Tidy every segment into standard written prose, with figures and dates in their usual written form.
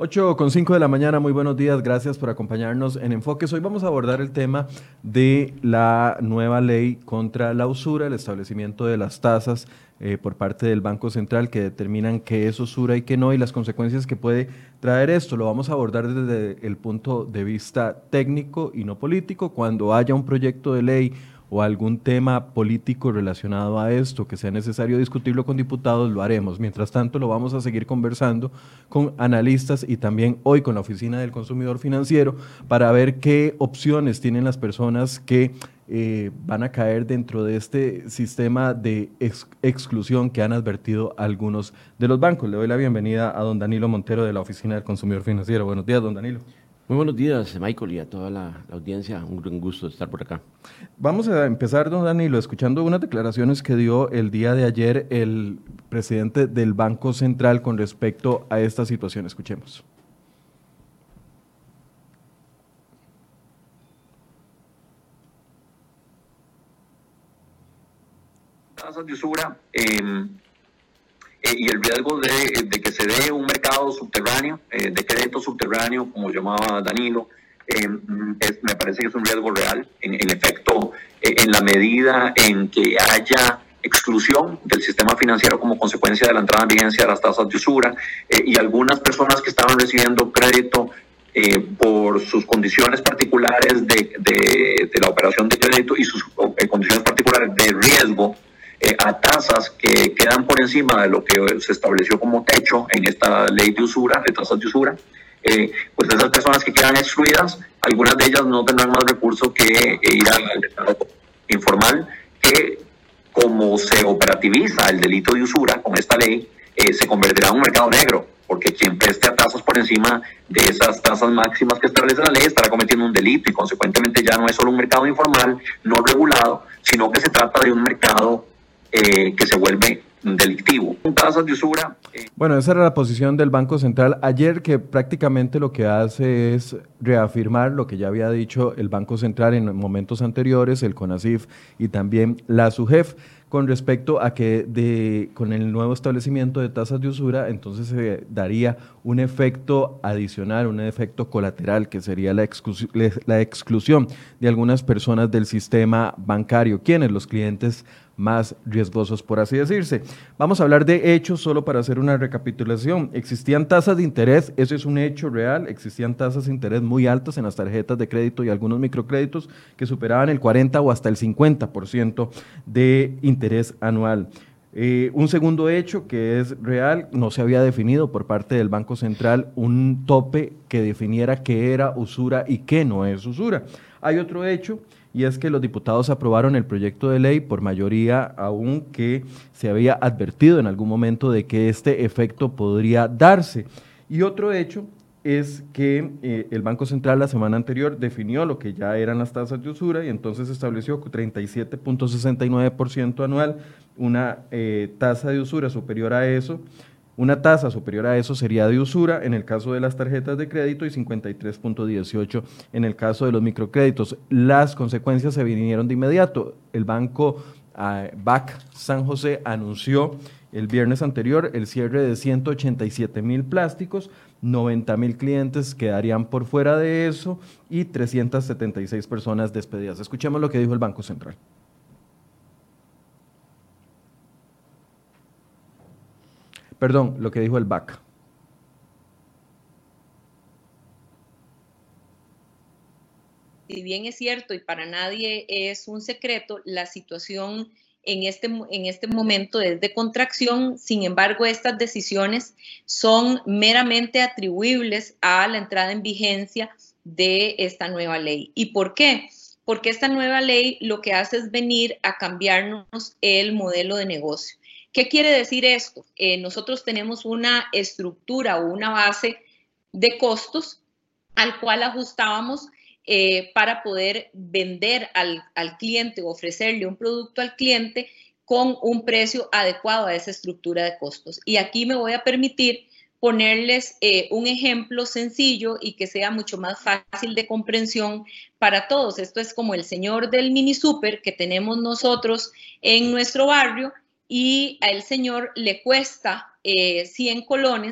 8:05 de la mañana, muy buenos días, gracias por acompañarnos en Enfoques. Hoy vamos a abordar el tema de la nueva ley contra la usura, el establecimiento de las tasas por parte del Banco Central que determinan qué es usura y qué no y las consecuencias que puede traer esto. Lo vamos a abordar desde el punto de vista técnico y no político. Cuando haya un proyecto de ley o algún tema político relacionado a esto que sea necesario discutirlo con diputados, lo haremos. Mientras tanto, lo vamos a seguir conversando con analistas y también hoy con la Oficina del Consumidor Financiero para ver qué opciones tienen las personas que van a caer dentro de este sistema de exclusión que han advertido algunos de los bancos. Le doy la bienvenida a don Danilo Montero de la Oficina del Consumidor Financiero. Buenos días, don Danilo. Muy buenos días, Michael, y a toda la audiencia. Un gran gusto estar por acá. Vamos a empezar, don Danilo, escuchando unas declaraciones que dio el día de ayer el presidente del Banco Central con respecto a esta situación. Escuchemos. Tasas de usura y el riesgo de que se dé un mercado subterráneo, de crédito subterráneo, como llamaba Danilo, me parece que es un riesgo real. En efecto, en la medida en que haya exclusión del sistema financiero como consecuencia de la entrada en vigencia de las tasas de usura y algunas personas que estaban recibiendo crédito por sus condiciones particulares de la operación de crédito y sus condiciones particulares de riesgo, a tasas que quedan por encima de lo que se estableció como techo en esta ley de usura, de tasas de usura, pues esas personas que quedan excluidas, algunas de ellas no tendrán más recursos que ir al mercado informal, que como se operativiza el delito de usura con esta ley, se convertirá en un mercado negro, porque quien preste a tasas por encima de esas tasas máximas que establece la ley estará cometiendo un delito y consecuentemente ya no es solo un mercado informal, no regulado, sino que se trata de un mercado que se vuelve delictivo. Tasas de usura. Bueno, esa era la posición del Banco Central ayer, que prácticamente lo que hace es reafirmar lo que ya había dicho el Banco Central en momentos anteriores, el CONACYF y también la SUGEF, con respecto a que con el nuevo establecimiento de tasas de usura, entonces se daría un efecto adicional, un efecto colateral, que sería la exclusión de algunas personas del sistema bancario. ¿Quiénes? Los clientes más riesgosos, por así decirse. Vamos a hablar de hechos solo para hacer una recapitulación. Existían tasas de interés, eso es un hecho real, existían tasas de interés muy altas en las tarjetas de crédito y algunos microcréditos que superaban el 40 o hasta el 50% de interés anual. Un segundo hecho que es real, no se había definido por parte del Banco Central un tope que definiera qué era usura y qué no es usura. Hay otro hecho, y es que los diputados aprobaron el proyecto de ley por mayoría, aunque se había advertido en algún momento de que este efecto podría darse. Y otro hecho es que el Banco Central la semana anterior definió lo que ya eran las tasas de usura y entonces estableció 37.69% anual, una tasa de usura superior a eso. Una tasa superior a eso sería de usura en el caso de las tarjetas de crédito y 53.18 en el caso de los microcréditos. Las consecuencias se vinieron de inmediato. El banco BAC San José anunció el viernes anterior el cierre de 187,000 plásticos, 90,000 clientes quedarían por fuera de eso y 376 personas despedidas. Escuchemos lo que dijo el Banco Central. Perdón, lo que dijo el BAC. Si bien es cierto y para nadie es un secreto, la situación en este momento es de contracción. Sin embargo, estas decisiones son meramente atribuibles a la entrada en vigencia de esta nueva ley. ¿Y por qué? Porque esta nueva ley lo que hace es venir a cambiarnos el modelo de negocio. ¿Qué quiere decir esto? Nosotros tenemos una estructura o una base de costos al cual ajustábamos para poder vender al cliente o ofrecerle un producto al cliente con un precio adecuado a esa estructura de costos. Y aquí me voy a permitir ponerles un ejemplo sencillo y que sea mucho más fácil de comprensión para todos. Esto es como el señor del mini súper que tenemos nosotros en nuestro barrio y al señor le cuesta 100 colones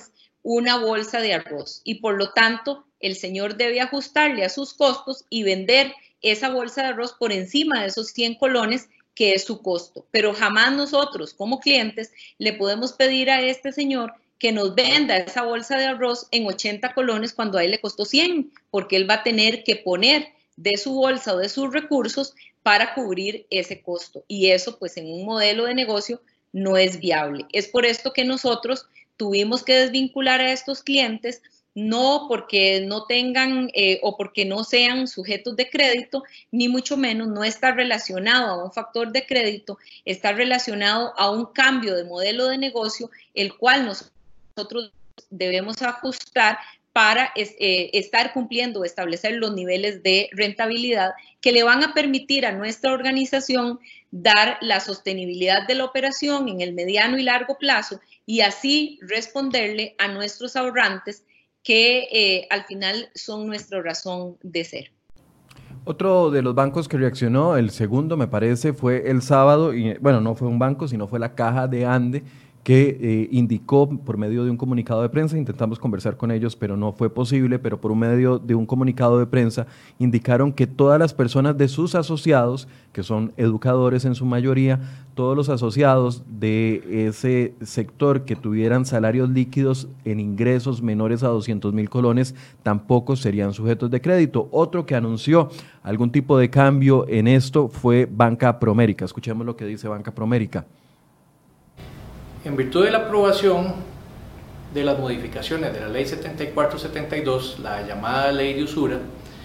una bolsa de arroz y por lo tanto el señor debe ajustarle a sus costos y vender esa bolsa de arroz por encima de esos 100 colones que es su costo. Pero jamás nosotros como clientes le podemos pedir a este señor que nos venda esa bolsa de arroz en 80 colones cuando a él le costó 100, porque él va a tener que poner de su bolsa o de sus recursos para cubrir ese costo. Y eso, pues, en un modelo de negocio no es viable. Es por esto que nosotros tuvimos que desvincular a estos clientes, no porque no tengan o porque no sean sujetos de crédito, ni mucho menos, no está relacionado a un factor de crédito, está relacionado a un cambio de modelo de negocio, el cual nosotros debemos ajustar para estar cumpliendo o establecer los niveles de rentabilidad que le van a permitir a nuestra organización dar la sostenibilidad de la operación en el mediano y largo plazo y así responderle a nuestros ahorrantes que al final son nuestra razón de ser. Otro de los bancos que reaccionó, el segundo me parece, fue el sábado, y bueno, no fue un banco, sino fue la Caja de Ande, que indicó por medio de un comunicado de prensa, intentamos conversar con ellos, pero no fue posible, pero por medio de un comunicado de prensa indicaron que todas las personas de sus asociados, que son educadores en su mayoría, todos los asociados de ese sector que tuvieran salarios líquidos en ingresos menores a 200,000 colones, tampoco serían sujetos de crédito. Otro que anunció algún tipo de cambio en esto fue Banca Promérica. Escuchemos lo que dice Banca Promérica. En virtud de la aprobación de las modificaciones de la Ley 7472, la llamada Ley de Usura,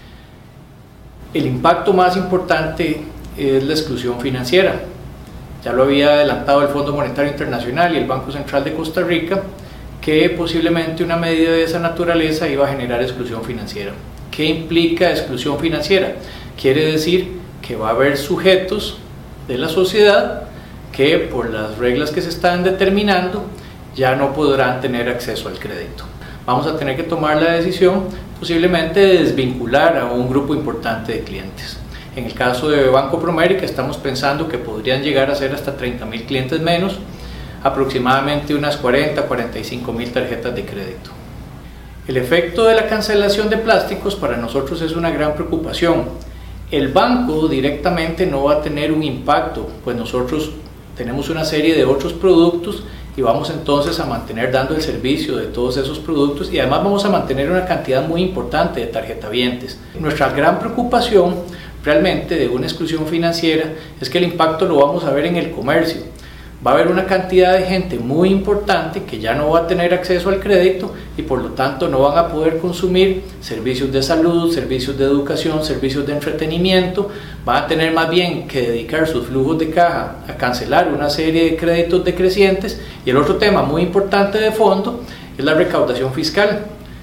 el impacto más importante es la exclusión financiera. Ya lo había adelantado el Fondo Monetario Internacional y el Banco Central de Costa Rica, que posiblemente una medida de esa naturaleza iba a generar exclusión financiera. ¿Qué implica exclusión financiera? Quiere decir que va a haber sujetos de la sociedad que por las reglas que se están determinando ya no podrán tener acceso al crédito. Vamos a tener que tomar la decisión posiblemente de desvincular a un grupo importante de clientes. En el caso de Banco Promérica estamos pensando que podrían llegar a ser hasta 30,000 clientes menos, aproximadamente unas 40-45,000 tarjetas de crédito. El efecto de la cancelación de plásticos para nosotros es una gran preocupación. El banco directamente no va a tener un impacto, pues nosotros tenemos una serie de otros productos y vamos entonces a mantener dando el servicio de todos esos productos y además vamos a mantener una cantidad muy importante de tarjetavientes. Nuestra gran preocupación realmente de una exclusión financiera es que el impacto lo vamos a ver en el comercio. Va a haber una cantidad de gente muy importante que ya no va a tener acceso al crédito y por lo tanto no van a poder consumir servicios de salud, servicios de educación, servicios de entretenimiento, van a tener más bien que dedicar sus flujos de caja a cancelar una serie de créditos decrecientes. Y el otro tema muy importante de fondo es la recaudación fiscal.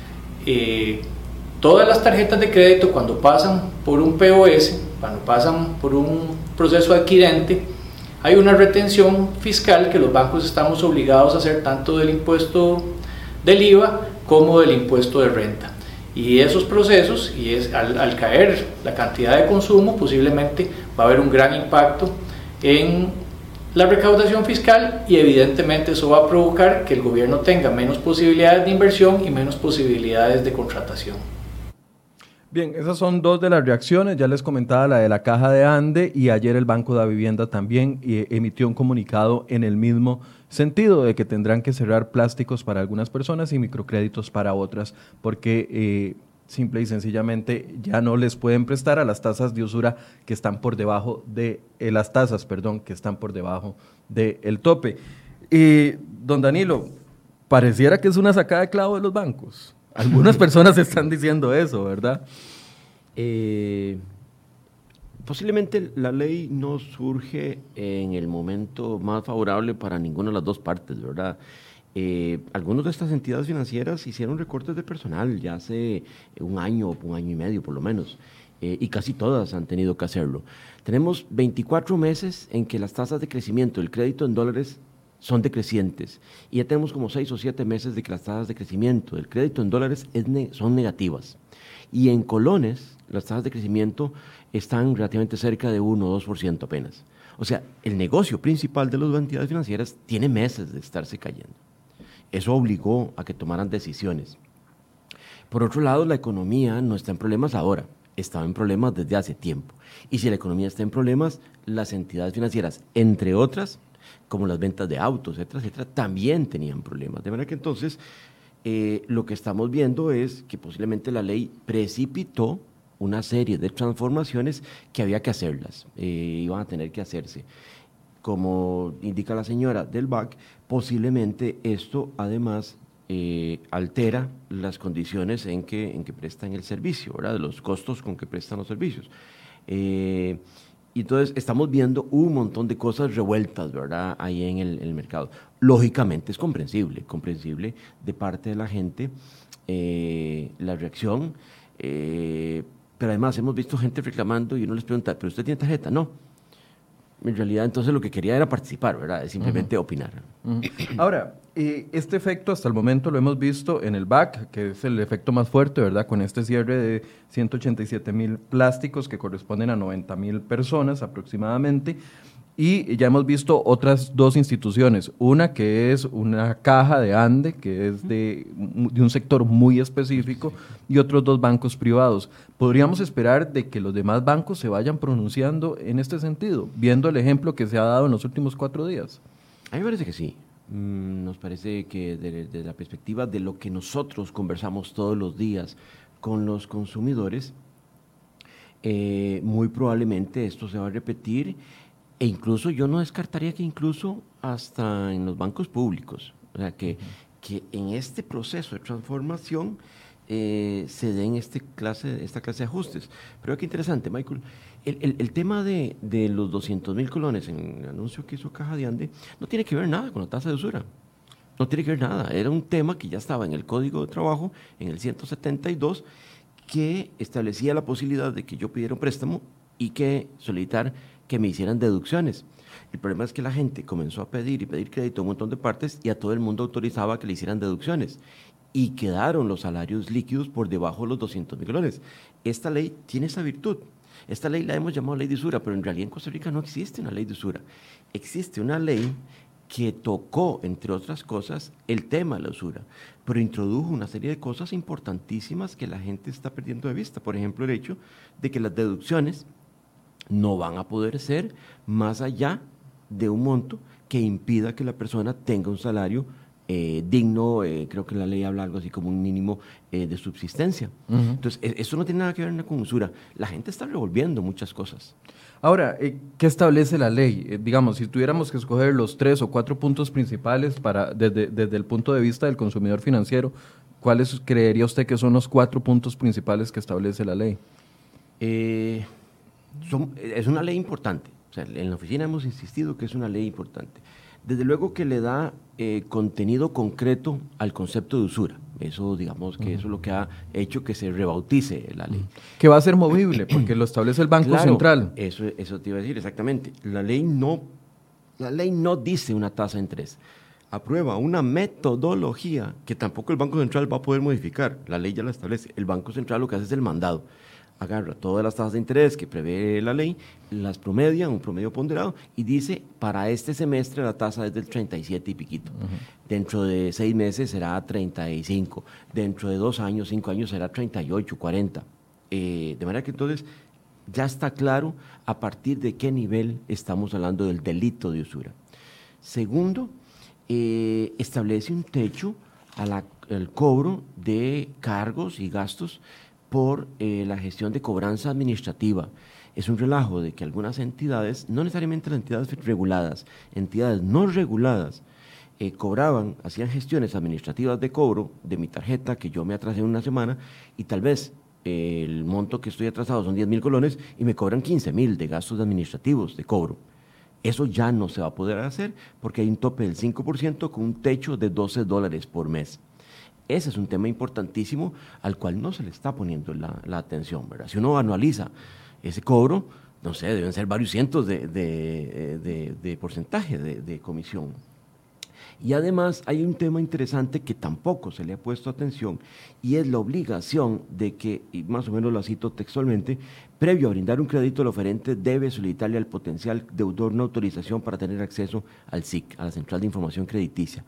Todas las tarjetas de crédito cuando pasan por un POS, cuando pasan por un proceso adquirente, hay una retención fiscal que los bancos estamos obligados a hacer tanto del impuesto del IVA como del impuesto de renta. Y esos procesos, al caer la cantidad de consumo, posiblemente va a haber un gran impacto en la recaudación fiscal y evidentemente eso va a provocar que el gobierno tenga menos posibilidades de inversión y menos posibilidades de contratación. Bien, esas son dos de las reacciones, ya les comentaba la de la Caja de Ande y ayer el Banco de la Vivienda también emitió un comunicado en el mismo sentido de que tendrán que cerrar plásticos para algunas personas y microcréditos para otras porque simple y sencillamente ya no les pueden prestar a las tasas de usura que están por debajo de las tasas, que están por debajo del tope. Don Danilo, pareciera que es una sacada de clavo de los bancos. Algunas personas están diciendo eso, ¿verdad? Posiblemente la ley no surge en el momento más favorable para ninguna de las dos partes, ¿verdad? Algunas de estas entidades financieras hicieron recortes de personal ya hace un año y medio por lo menos, y casi todas han tenido que hacerlo. Tenemos 24 meses en que las tasas de crecimiento del crédito en dólares son decrecientes y ya tenemos como 6 o 7 meses de que las tasas de crecimiento del crédito en dólares son negativas y en colones las tasas de crecimiento están relativamente cerca de 1 o 2% apenas. O sea, el negocio principal de las entidades financieras tiene meses de estarse cayendo. Eso obligó a que tomaran decisiones. Por otro lado, la economía no está en problemas ahora, estaba en problemas desde hace tiempo. Y si la economía está en problemas, las entidades financieras, entre otras, como las ventas de autos, etcétera, etcétera, también tenían problemas. De manera que entonces lo que estamos viendo es que posiblemente la ley precipitó una serie de transformaciones que había que hacerlas, iban a tener que hacerse. Como indica la señora del BAC, posiblemente esto además altera las condiciones en que prestan el servicio, ¿verdad? De los costos con que prestan los servicios. Y entonces estamos viendo un montón de cosas revueltas, ¿verdad?, ahí en el mercado. Lógicamente es comprensible de parte de la gente la reacción, pero además hemos visto gente reclamando y uno les pregunta, ¿pero usted tiene tarjeta? No. En realidad, entonces, lo que quería era participar, ¿verdad? Es simplemente opinar. Ahora, este efecto hasta el momento lo hemos visto en el BAC, que es el efecto más fuerte, ¿verdad? Con este cierre de 187,000 plásticos que corresponden a 90,000 personas aproximadamente. Y ya hemos visto otras dos instituciones, una que es una caja de Ande, que es de un sector muy específico, y otros dos bancos privados. ¿Podríamos esperar de que los demás bancos se vayan pronunciando en este sentido, viendo el ejemplo que se ha dado en los últimos 4 días? A mí me parece que sí. Nos parece que desde la perspectiva de lo que nosotros conversamos todos los días con los consumidores, muy probablemente esto se va a repetir. E incluso yo no descartaría que incluso hasta en los bancos públicos, o sea, que en este proceso de transformación se den esta clase de ajustes. Pero qué interesante, Michael, el tema de los 200,000 colones en el anuncio que hizo Caja de Ande no tiene que ver nada con la tasa de usura. No tiene que ver nada, era un tema que ya estaba en el Código de Trabajo, en el 172, que establecía la posibilidad de que yo pidiera un préstamo y que solicitar que me hicieran deducciones. El problema es que la gente comenzó a pedir y pedir crédito a un montón de partes y a todo el mundo autorizaba que le hicieran deducciones y quedaron los salarios líquidos por debajo de los 200,000 colones. Esta ley tiene esa virtud. Esta ley la hemos llamado ley de usura, pero en realidad en Costa Rica no existe una ley de usura. Existe una ley que tocó, entre otras cosas, el tema de la usura, pero introdujo una serie de cosas importantísimas que la gente está perdiendo de vista. Por ejemplo, el hecho de que las deducciones no van a poder ser más allá de un monto que impida que la persona tenga un salario digno, creo que la ley habla algo así como un mínimo de subsistencia. Entonces, eso no tiene nada que ver con usura. La gente está revolviendo muchas cosas. Ahora, ¿qué establece la ley? Digamos, si tuviéramos que escoger los 3 o 4 puntos principales desde el punto de vista del consumidor financiero, ¿cuáles creería usted que son los 4 puntos principales que establece la ley? Es una ley importante. O sea, en la oficina hemos insistido que es una ley importante. Desde luego que le da contenido concreto al concepto de usura. Eso, digamos, que eso es lo que ha hecho que se rebautice la ley. Que va a ser movible, porque lo establece el Banco Central. Eso te iba a decir, exactamente. La ley no dice una tasa de interés. Aprueba una metodología que tampoco el Banco Central va a poder modificar. La ley ya la establece. El Banco Central lo que hace es el mandado. Agarra todas las tasas de interés que prevé la ley, las promedia, un promedio ponderado, y dice, para este semestre la tasa es del 37 y piquito. Dentro de 6 meses será 35. Dentro de 2 años, 5 años será 38, 40. De manera que entonces ya está claro a partir de qué nivel estamos hablando del delito de usura. Segundo, establece un techo al cobro de cargos y gastos por la gestión de cobranza administrativa. Es un relajo de que algunas entidades, no necesariamente las entidades reguladas, entidades no reguladas, hacían gestiones administrativas de cobro de mi tarjeta, que yo me atrasé una semana, y tal vez el monto que estoy atrasado son 10,000 colones, y me cobran 15,000 de gastos administrativos de cobro. Eso ya no se va a poder hacer, porque hay un tope del 5% con un techo de $12 por mes. Ese es un tema importantísimo al cual no se le está poniendo la atención, ¿verdad? Si uno anualiza ese cobro, no sé, deben ser varios cientos de porcentaje de comisión. Y además hay un tema interesante que tampoco se le ha puesto atención, y es la obligación de que, y más o menos lo cito textualmente, previo a brindar un crédito, el oferente debe solicitarle al potencial deudor una autorización para tener acceso al SIC, a la Central de Información Crediticia.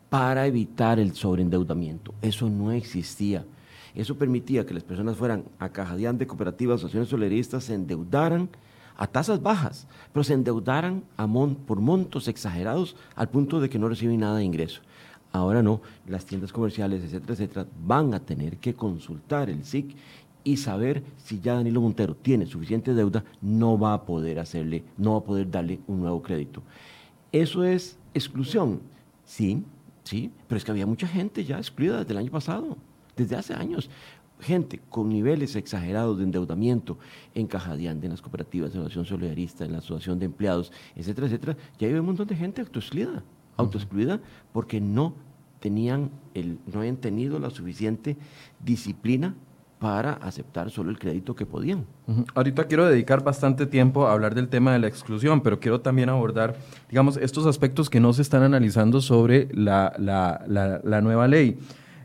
para evitar el sobreendeudamiento. Eso no existía. Eso permitía que las personas fueran a Caja de cooperativas, asociaciones solidaristas, se endeudaran a tasas bajas, pero se endeudaran por montos exagerados al punto de que no reciben nada de ingreso. Ahora no, las tiendas comerciales, etcétera, van a tener que consultar el SIC y saber si ya Danilo Montero tiene suficiente deuda, no va a poder darle un nuevo crédito. ¿Eso es exclusión? Sí, pero es que había mucha gente ya excluida desde el año pasado, desde hace años. Gente con niveles exagerados de endeudamiento en Caja de en las cooperativas, en la Asociación Solidarista, en la Asociación de Empleados, etcétera, ya hay un montón de gente autoexcluida porque no habían tenido la suficiente disciplina para aceptar solo el crédito que podían. Ahorita quiero dedicar bastante tiempo a hablar del tema de la exclusión, pero quiero también abordar, digamos, estos aspectos que no se están analizando sobre la nueva ley.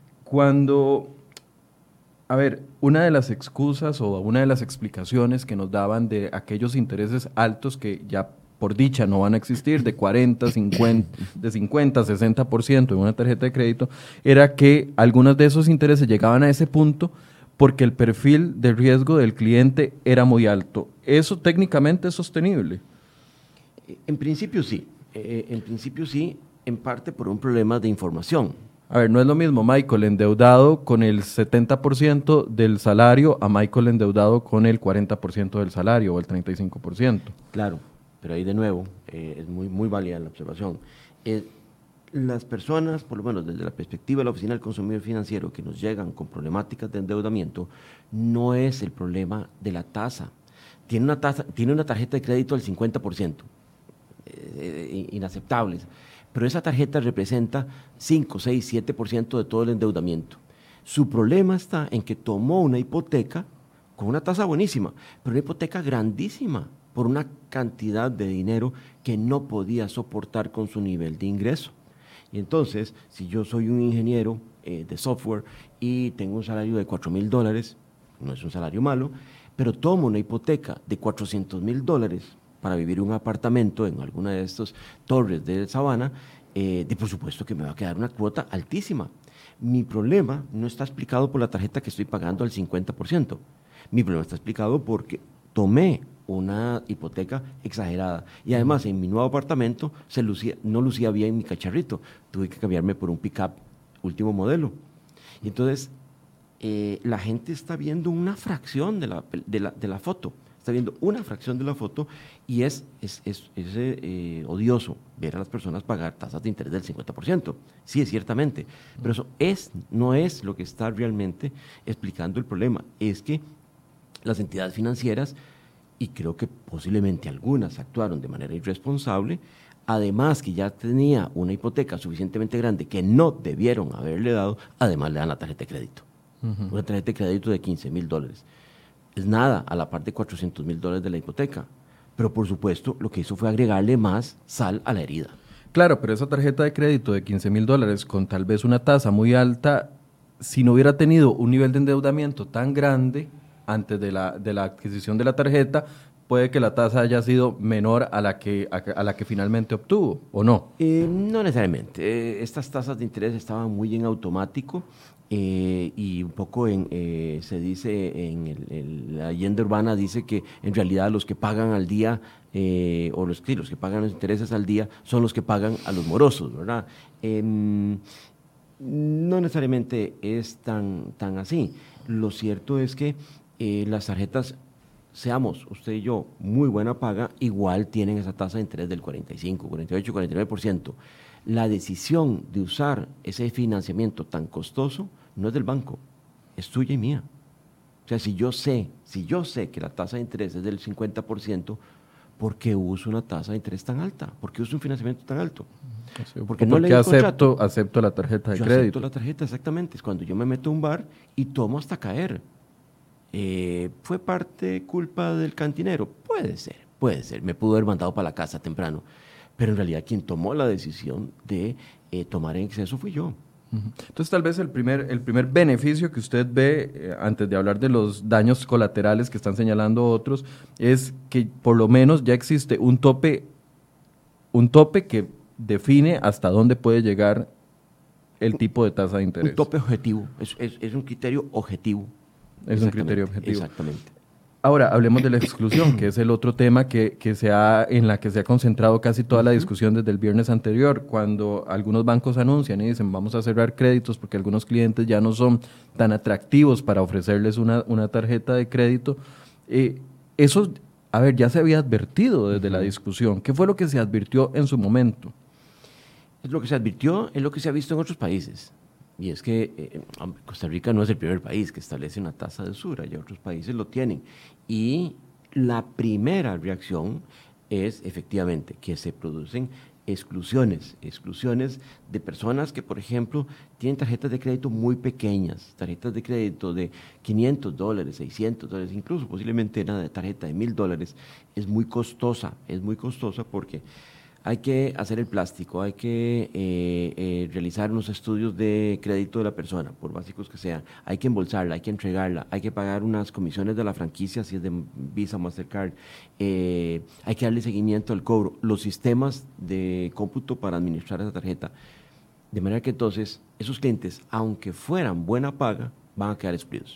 Una de las excusas o una de las explicaciones que nos daban de aquellos intereses altos que ya por dicha no van a existir, de 40, 50, 60% en una tarjeta de crédito, era que algunos de esos intereses llegaban a ese punto porque el perfil de riesgo del cliente era muy alto. ¿Eso técnicamente es sostenible? En principio sí, en parte por un problema de información. A ver, no es lo mismo Michael endeudado con el 70% del salario a Michael endeudado con el 40% del salario o el 35%. Claro, pero ahí de nuevo es muy válida la observación. Las personas, por lo menos desde la perspectiva de la Oficina del Consumidor Financiero, que nos llegan con problemáticas de endeudamiento, no es el problema de la tasa. Tiene una tarjeta de crédito al 50%, inaceptables, pero esa tarjeta representa 5, 6, 7% de todo el endeudamiento. Su problema está en que tomó una hipoteca con una tasa buenísima, pero una hipoteca grandísima por una cantidad de dinero que no podía soportar con su nivel de ingreso. Y entonces, si yo soy un ingeniero de software y tengo un salario de $4,000, no es un salario malo, pero tomo una hipoteca de $400,000 para vivir en un apartamento en alguna de estas torres de Sabana, por supuesto que me va a quedar una cuota altísima. Mi problema no está explicado por la tarjeta que estoy pagando al 50%. Mi problema está explicado porque tomé una hipoteca exagerada y además en mi nuevo apartamento no lucía bien mi cacharrito, tuve que cambiarme por un pick-up último modelo. Y entonces la gente está viendo una fracción de la foto, está viendo una fracción de la foto y es odioso ver a las personas pagar tasas de interés del 50%. Sí, es ciertamente, pero eso no es lo que está realmente explicando el problema, es que las entidades financieras, y creo que posiblemente algunas actuaron de manera irresponsable, además que ya tenía una hipoteca suficientemente grande que no debieron haberle dado, además le dan la tarjeta de crédito. Una tarjeta de crédito de $15,000. Es nada a la par de $400,000 de la hipoteca, pero por supuesto lo que hizo fue agregarle más sal a la herida. Claro, pero esa tarjeta de crédito de $15,000 con tal vez una tasa muy alta, si no hubiera tenido un nivel de endeudamiento tan grande antes de la adquisición de la tarjeta, puede que la tasa haya sido menor a la que finalmente obtuvo, ¿o no? No necesariamente. Estas tasas de interés estaban muy en automático y un poco se dice en la leyenda urbana, dice que en realidad los que pagan al día o los que pagan los intereses al día son los que pagan a los morosos, ¿verdad? No necesariamente es tan así. Lo cierto es que las tarjetas, seamos usted y yo muy buena paga, igual tienen esa tasa de interés del 45, 48, 49%. La decisión de usar ese financiamiento tan costoso no es del banco, es tuya y mía. O sea, si yo sé que la tasa de interés es del 50%, ¿por qué uso una tasa de interés tan alta? ¿Por qué uso un financiamiento tan alto? Porque acepto la tarjeta de crédito. Acepto la tarjeta, exactamente. Es cuando yo me meto a un bar y tomo hasta caer. ¿Fue culpa del cantinero? Puede ser. Me pudo haber mandado para la casa temprano. Pero en realidad quien tomó la decisión de tomar en exceso fui yo. Entonces tal vez el primer beneficio que usted ve, antes de hablar de los daños colaterales que están señalando otros, es que por lo menos ya existe un tope que define hasta dónde puede llegar el tipo de tasa de interés. Un tope objetivo, es un criterio objetivo. Es un criterio objetivo. Exactamente. Ahora, hablemos de la exclusión, que es el otro tema en la que se ha concentrado casi toda la discusión desde el viernes anterior, cuando algunos bancos anuncian y dicen vamos a cerrar créditos porque algunos clientes ya no son tan atractivos para ofrecerles una tarjeta de crédito. Eso, a ver, ya se había advertido desde la discusión. ¿Qué fue lo que se advirtió en su momento? Es lo que se advirtió, es lo que se ha visto en otros países. Y es que Costa Rica no es el primer país que establece una tasa de usura, ya otros países lo tienen. Y la primera reacción es efectivamente que se producen exclusiones de personas que, por ejemplo, tienen tarjetas de crédito muy pequeñas, tarjetas de crédito de $500, $600, incluso posiblemente una tarjeta de $1,000, es muy costosa porque hay que hacer el plástico, hay que realizar unos estudios de crédito de la persona, por básicos que sean, hay que embolsarla, hay que entregarla, hay que pagar unas comisiones de la franquicia si es de Visa, Mastercard, hay que darle seguimiento al cobro, los sistemas de cómputo para administrar esa tarjeta. De manera que entonces esos clientes, aunque fueran buena paga, van a quedar excluidos.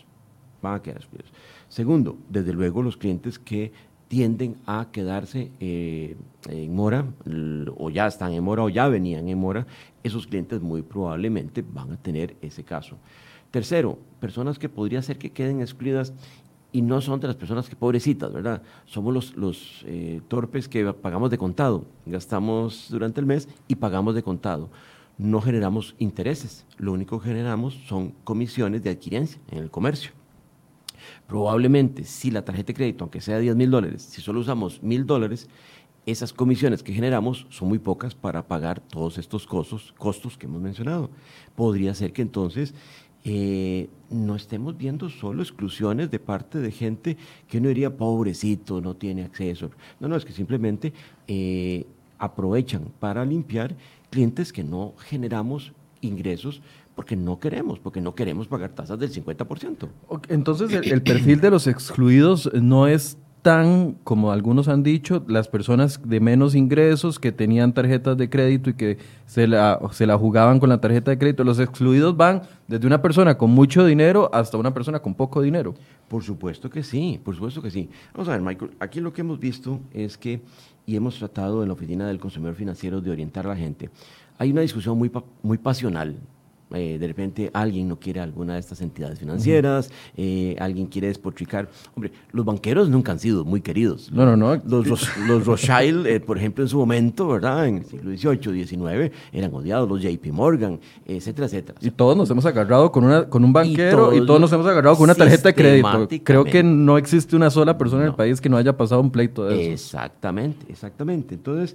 Segundo, desde luego los clientes que tienden a quedarse en mora, o ya están en mora o ya venían en mora, esos clientes muy probablemente van a tener ese caso. Tercero, personas que podría ser que queden excluidas y no son de las personas que pobrecitas, ¿verdad? Somos los torpes que pagamos de contado, gastamos durante el mes y pagamos de contado. No generamos intereses, lo único que generamos son comisiones de adquirencia en el comercio. Probablemente, si la tarjeta de crédito, aunque sea de $10,000, si solo usamos $1,000, esas comisiones que generamos son muy pocas para pagar todos estos costos que hemos mencionado. Podría ser que entonces no estemos viendo solo exclusiones de parte de gente que uno diría, pobrecito, no tiene acceso. No, es que simplemente aprovechan para limpiar clientes que no generamos ingresos porque no queremos pagar tasas del 50%. Entonces, el perfil de los excluidos no es tan, como algunos han dicho, las personas de menos ingresos que tenían tarjetas de crédito y que se la jugaban con la tarjeta de crédito. Los excluidos van desde una persona con mucho dinero hasta una persona con poco dinero. Por supuesto que sí. Vamos a ver, Michael, aquí lo que hemos visto es que, y hemos tratado en la Oficina del Consumidor Financiero de orientar a la gente, hay una discusión muy pasional. De repente alguien no quiere alguna de estas entidades financieras, alguien quiere despotricar. Hombre, los banqueros nunca han sido muy queridos. No. Los Rothschild, por ejemplo, en su momento, ¿verdad? En el siglo XVIII, XIX, eran odiados, los JP Morgan, etcétera, etcétera. Y todos nos hemos agarrado con un banquero y todos nos hemos agarrado con una tarjeta de crédito. Creo que no existe una sola persona en el país que no haya pasado un pleito de eso. Exactamente. Entonces,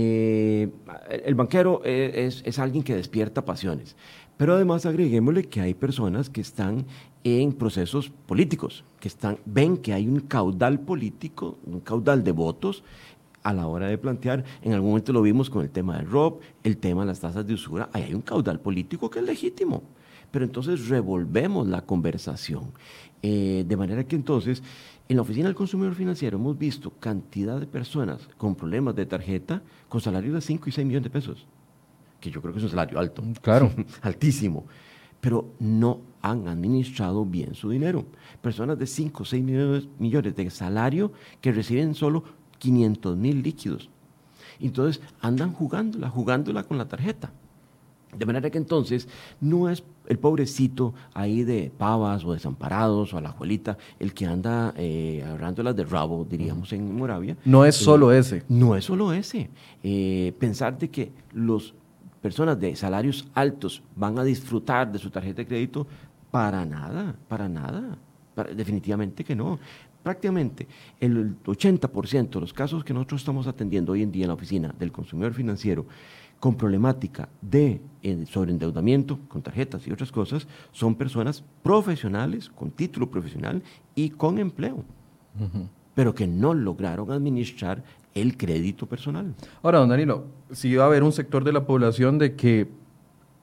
el banquero es alguien que despierta pasiones. Pero además agreguémosle que hay personas que están en procesos políticos, que ven que hay un caudal político, un caudal de votos a la hora de plantear, en algún momento lo vimos con el tema del ROP, el tema de las tasas de usura, ahí hay un caudal político que es legítimo. Pero entonces revolvemos la conversación. De manera que entonces, en la Oficina del Consumidor Financiero hemos visto cantidad de personas con problemas de tarjeta con salarios de 5 y 6 millones de pesos. Que yo creo que es un salario alto, claro, altísimo, pero no han administrado bien su dinero. Personas de 5 o 6 millones de salario que reciben solo 500,000 líquidos. Entonces andan jugándola con la tarjeta. De manera que entonces no es el pobrecito ahí de Pavas o Desamparados o Alajuelita el que anda agarrándolas de rabo, diríamos en Moravia. No es solo ese. No es solo ese. Pensar de que los personas de salarios altos van a disfrutar de su tarjeta de crédito, para nada. Definitivamente que no. Prácticamente el 80% de los casos que nosotros estamos atendiendo hoy en día en la Oficina del Consumidor Financiero con problemática de sobreendeudamiento, con tarjetas y otras cosas, son personas profesionales, con título profesional y con empleo, pero que no lograron administrar el crédito personal. Ahora, don Danilo, si iba a haber un sector de la población de que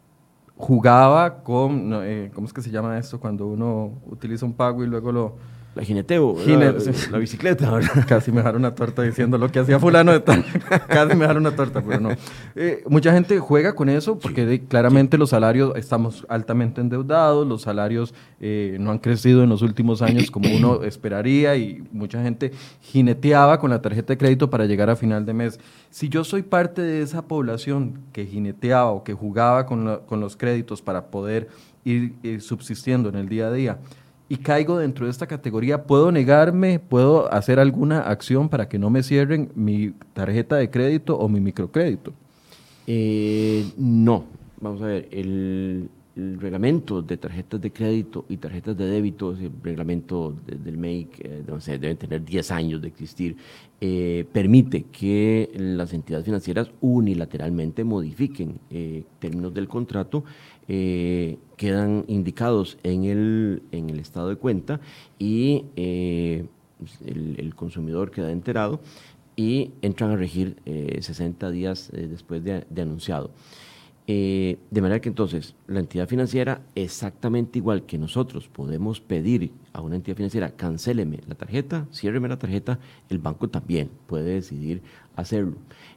jugaba con, ¿cómo es que se llama esto? Cuando uno utiliza un pago y luego La jineteo, la bicicleta, ¿verdad? Casi me dejaron una torta diciendo lo que hacía fulano de tal. Casi me dejaron una torta, pero no. Mucha gente juega con eso porque claramente los salarios, estamos altamente endeudados, los salarios no han crecido en los últimos años como uno esperaría y mucha gente jineteaba con la tarjeta de crédito para llegar a final de mes. Si yo soy parte de esa población que jineteaba o que jugaba con los créditos para poder ir subsistiendo en el día a día, y caigo dentro de esta categoría, ¿puedo negarme? ¿Puedo hacer alguna acción para que no me cierren mi tarjeta de crédito o mi microcrédito? No, vamos a ver, el reglamento de tarjetas de crédito y tarjetas de débito, el reglamento del MEIC, no sé, deben tener 10 años de existir, permite que las entidades financieras unilateralmente modifiquen términos del contrato, quedan indicados en el estado de cuenta y el consumidor queda enterado y entran a regir 60 días después de anunciado. De manera que entonces la entidad financiera, exactamente igual que nosotros podemos pedir a una entidad financiera, cancéleme la tarjeta, ciérreme la tarjeta, el banco también puede decidir hacerlo.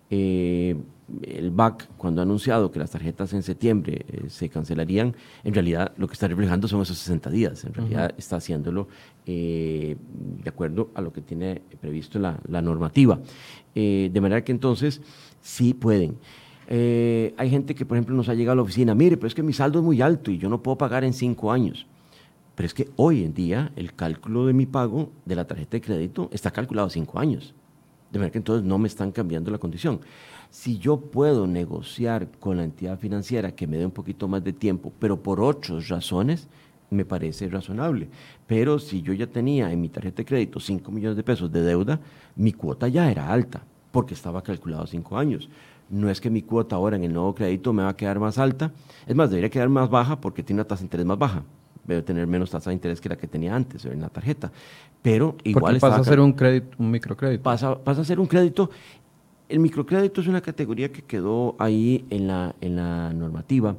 El BAC, cuando ha anunciado que las tarjetas en septiembre se cancelarían, en realidad lo que está reflejando son esos 60 días, en realidad está haciéndolo de acuerdo a lo que tiene previsto la normativa. De manera que entonces sí pueden. Hay gente que, por ejemplo, nos ha llegado a la oficina, mire, pero es que mi saldo es muy alto y yo no puedo pagar en 5 años. Pero es que hoy en día el cálculo de mi pago de la tarjeta de crédito está calculado a 5 años. De manera que entonces no me están cambiando la condición. Si yo puedo negociar con la entidad financiera que me dé un poquito más de tiempo, pero por otras razones, me parece razonable. Pero si yo ya tenía en mi tarjeta de crédito 5 millones de pesos de deuda, mi cuota ya era alta, porque estaba calculado a 5 años. No es que mi cuota ahora en el nuevo crédito me va a quedar más alta, es más, debería quedar más baja porque tiene una tasa de interés más baja. Debe tener menos tasa de interés que la que tenía antes en la tarjeta. Pero igual porque pasa a ser un microcrédito. Pasa a ser un crédito. El microcrédito es una categoría que quedó ahí en la normativa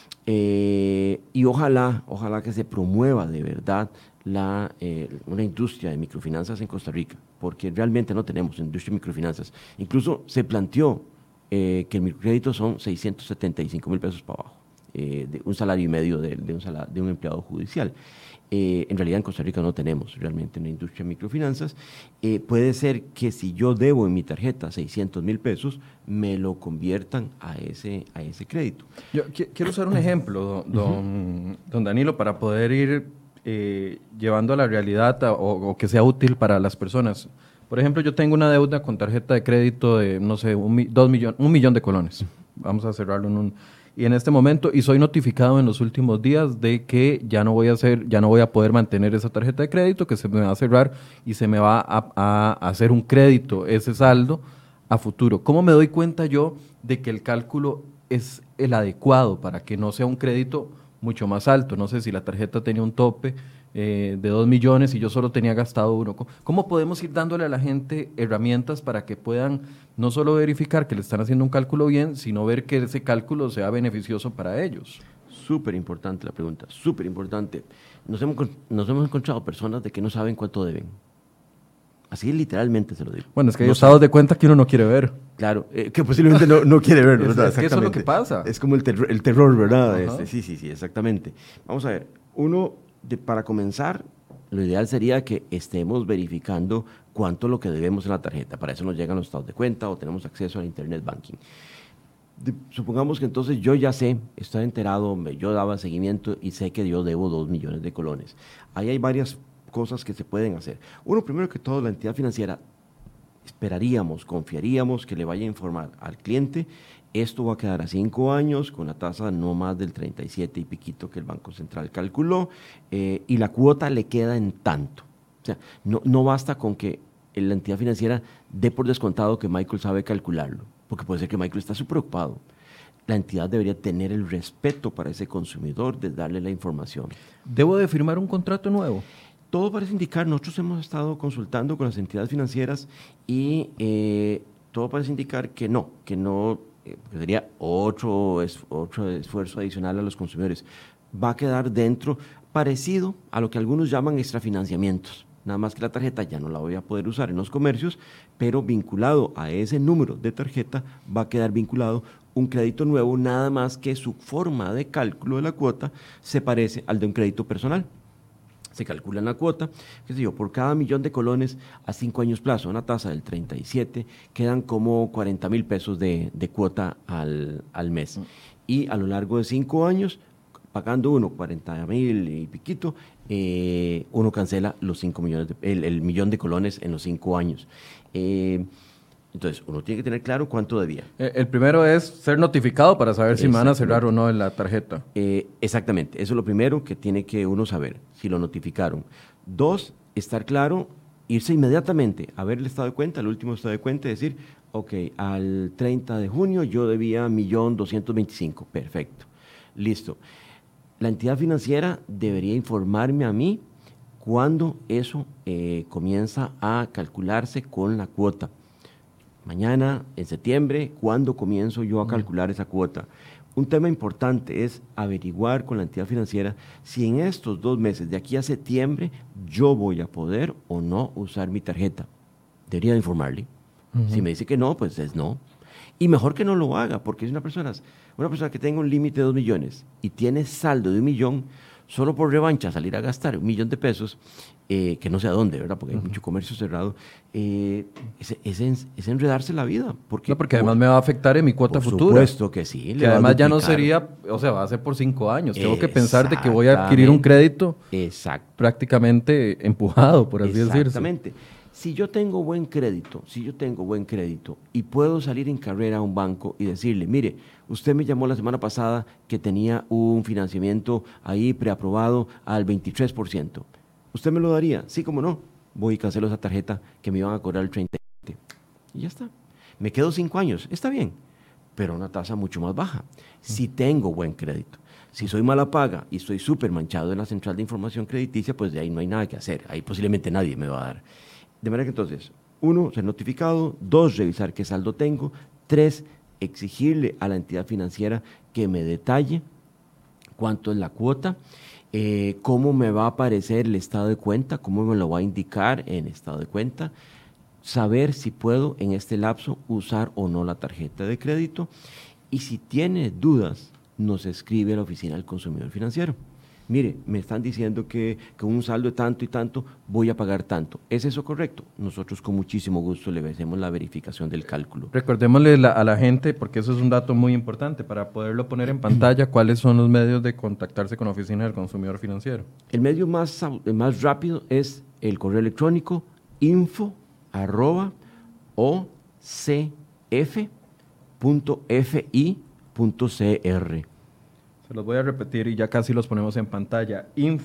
y ojalá que se promueva de verdad una industria de microfinanzas en Costa Rica, porque realmente no tenemos industria de microfinanzas. Incluso se planteó que el microcrédito son 675,000 pesos para abajo, de un salario y medio de un empleado judicial. En realidad en Costa Rica no tenemos realmente una industria de microfinanzas. Puede ser que si yo debo en mi tarjeta 600,000 pesos, me lo conviertan a ese crédito. Yo quiero usar un ejemplo, don Danilo, para poder ir llevando a la realidad o que sea útil para las personas. Por ejemplo, yo tengo una deuda con tarjeta de crédito de, no sé, 1 millón de colones. Vamos a cerrarlo y en este momento, y soy notificado en los últimos días de que ya no voy a poder mantener esa tarjeta de crédito, que se me va a cerrar y se me va a hacer un crédito, ese saldo, a futuro. ¿Cómo me doy cuenta yo de que el cálculo es el adecuado para que no sea un crédito mucho más alto? No sé si la tarjeta tenía un tope de 2 millones y yo solo tenía gastado 1. ¿Cómo podemos ir dándole a la gente herramientas para que puedan no solo verificar que le están haciendo un cálculo bien, sino ver que ese cálculo sea beneficioso para ellos? Súper importante la pregunta, súper importante. Nos hemos encontrado personas de que no saben cuánto deben. Así literalmente se lo digo. Bueno, es que hay estados de cuenta que uno no quiere ver. Claro, que posiblemente no quiere ver, ¿verdad? Es que eso es lo que pasa. Es como el terror, ¿verdad? Sí, exactamente. Vamos a ver, para comenzar, lo ideal sería que estemos verificando cuánto es lo que debemos en la tarjeta. Para eso nos llegan los estados de cuenta o tenemos acceso al Internet Banking. Supongamos que entonces yo ya sé, estoy enterado, yo daba seguimiento y sé que yo debo 2 millones de colones. Ahí hay varias cosas que se pueden hacer. Uno, primero que todo, la entidad financiera confiaríamos que le vaya a informar al cliente. Esto va a quedar a 5 años con la tasa no más del 37 y piquito que el Banco Central calculó y la cuota le queda en tanto. O sea, no basta con que la entidad financiera dé por descontado que Michael sabe calcularlo, porque puede ser que Michael está súper ocupado. La entidad debería tener el respeto para ese consumidor de darle la información. ¿Debo de firmar un contrato nuevo? Todo parece indicar, nosotros hemos estado consultando con las entidades financieras y todo parece indicar que no, que sería otro esfuerzo adicional a los consumidores. Va a quedar dentro, parecido a lo que algunos llaman extrafinanciamientos. nada más que la tarjeta ya no la voy a poder usar en los comercios, pero vinculado a ese número de tarjeta va a quedar vinculado un crédito nuevo, nada más que su forma de cálculo de la cuota se parece al de un crédito personal. Se calcula en la cuota, qué sé yo, por cada 1.000.000 de colones a 5 años plazo, una tasa del 37, quedan como 40.000 pesos de cuota al mes. Y a lo largo de 5 años, pagando uno 40.000 y piquito, uno cancela los 5 millones, el 1.000.000 de colones en los 5 años. Entonces, uno tiene que tener claro cuánto debía. El primero es ser notificado para saber si me van a cerrar o no en la tarjeta. Exactamente, eso es lo primero que tiene que uno saber, si lo notificaron. 2, estar claro, irse inmediatamente a ver el estado de cuenta, el último estado de cuenta, y decir, ok, al 30 de junio yo debía 1.225.000, perfecto, listo. La entidad financiera debería informarme a mí cuando eso comienza a calcularse con la cuota. Mañana, en septiembre, ¿cuándo comienzo yo a calcular esa cuota? Un tema importante es averiguar con la entidad financiera si en estos 2 meses, de aquí a septiembre, yo voy a poder o no usar mi tarjeta. Debería informarle. Si me dice que no, pues es no. Y mejor que no lo haga, porque es una persona que tenga un límite de 2 millones y tiene saldo de 1.000.000, solo por revancha salir a gastar 1.000.000 de pesos, que no sé a dónde, ¿verdad? Porque hay mucho comercio cerrado, es enredarse la vida. Porque además me va a afectar en mi cuota futura. Por supuesto que sí. Que además ya no sería, o sea, va a ser por 5 años. Tengo que pensar de que voy a adquirir un crédito prácticamente empujado, por así decirlo. Exactamente. Si yo tengo buen crédito y puedo salir en carrera a un banco y decirle, mire, usted me llamó la semana pasada que tenía un financiamiento ahí preaprobado al 23%. ¿Usted me lo daría? Sí, cómo no. Voy y cancelo esa tarjeta que me iban a cobrar el 30%. Y ya está. Me quedo 5 años. Está bien, pero a una tasa mucho más baja. Si tengo buen crédito. Si soy mala paga y estoy súper manchado en la central de información crediticia, pues de ahí no hay nada que hacer. Ahí posiblemente nadie me va a dar. De manera que entonces, 1, ser notificado, 2, revisar qué saldo tengo, 3, exigirle a la entidad financiera que me detalle cuánto es la cuota, cómo me va a aparecer el estado de cuenta, cómo me lo va a indicar en estado de cuenta, saber si puedo en este lapso usar o no la tarjeta de crédito, y si tiene dudas, nos escribe a la oficina del consumidor financiero. Mire, me están diciendo que con un saldo de tanto y tanto voy a pagar tanto. ¿Es eso correcto? Nosotros con muchísimo gusto le hacemos la verificación del cálculo. Recordémosle a la gente, porque eso es un dato muy importante, para poderlo poner en pantalla, ¿cuáles son los medios de contactarse con la oficina del consumidor financiero? El medio más rápido es el correo electrónico info@ocf.fi.cr. Se los voy a repetir y ya casi los ponemos en pantalla.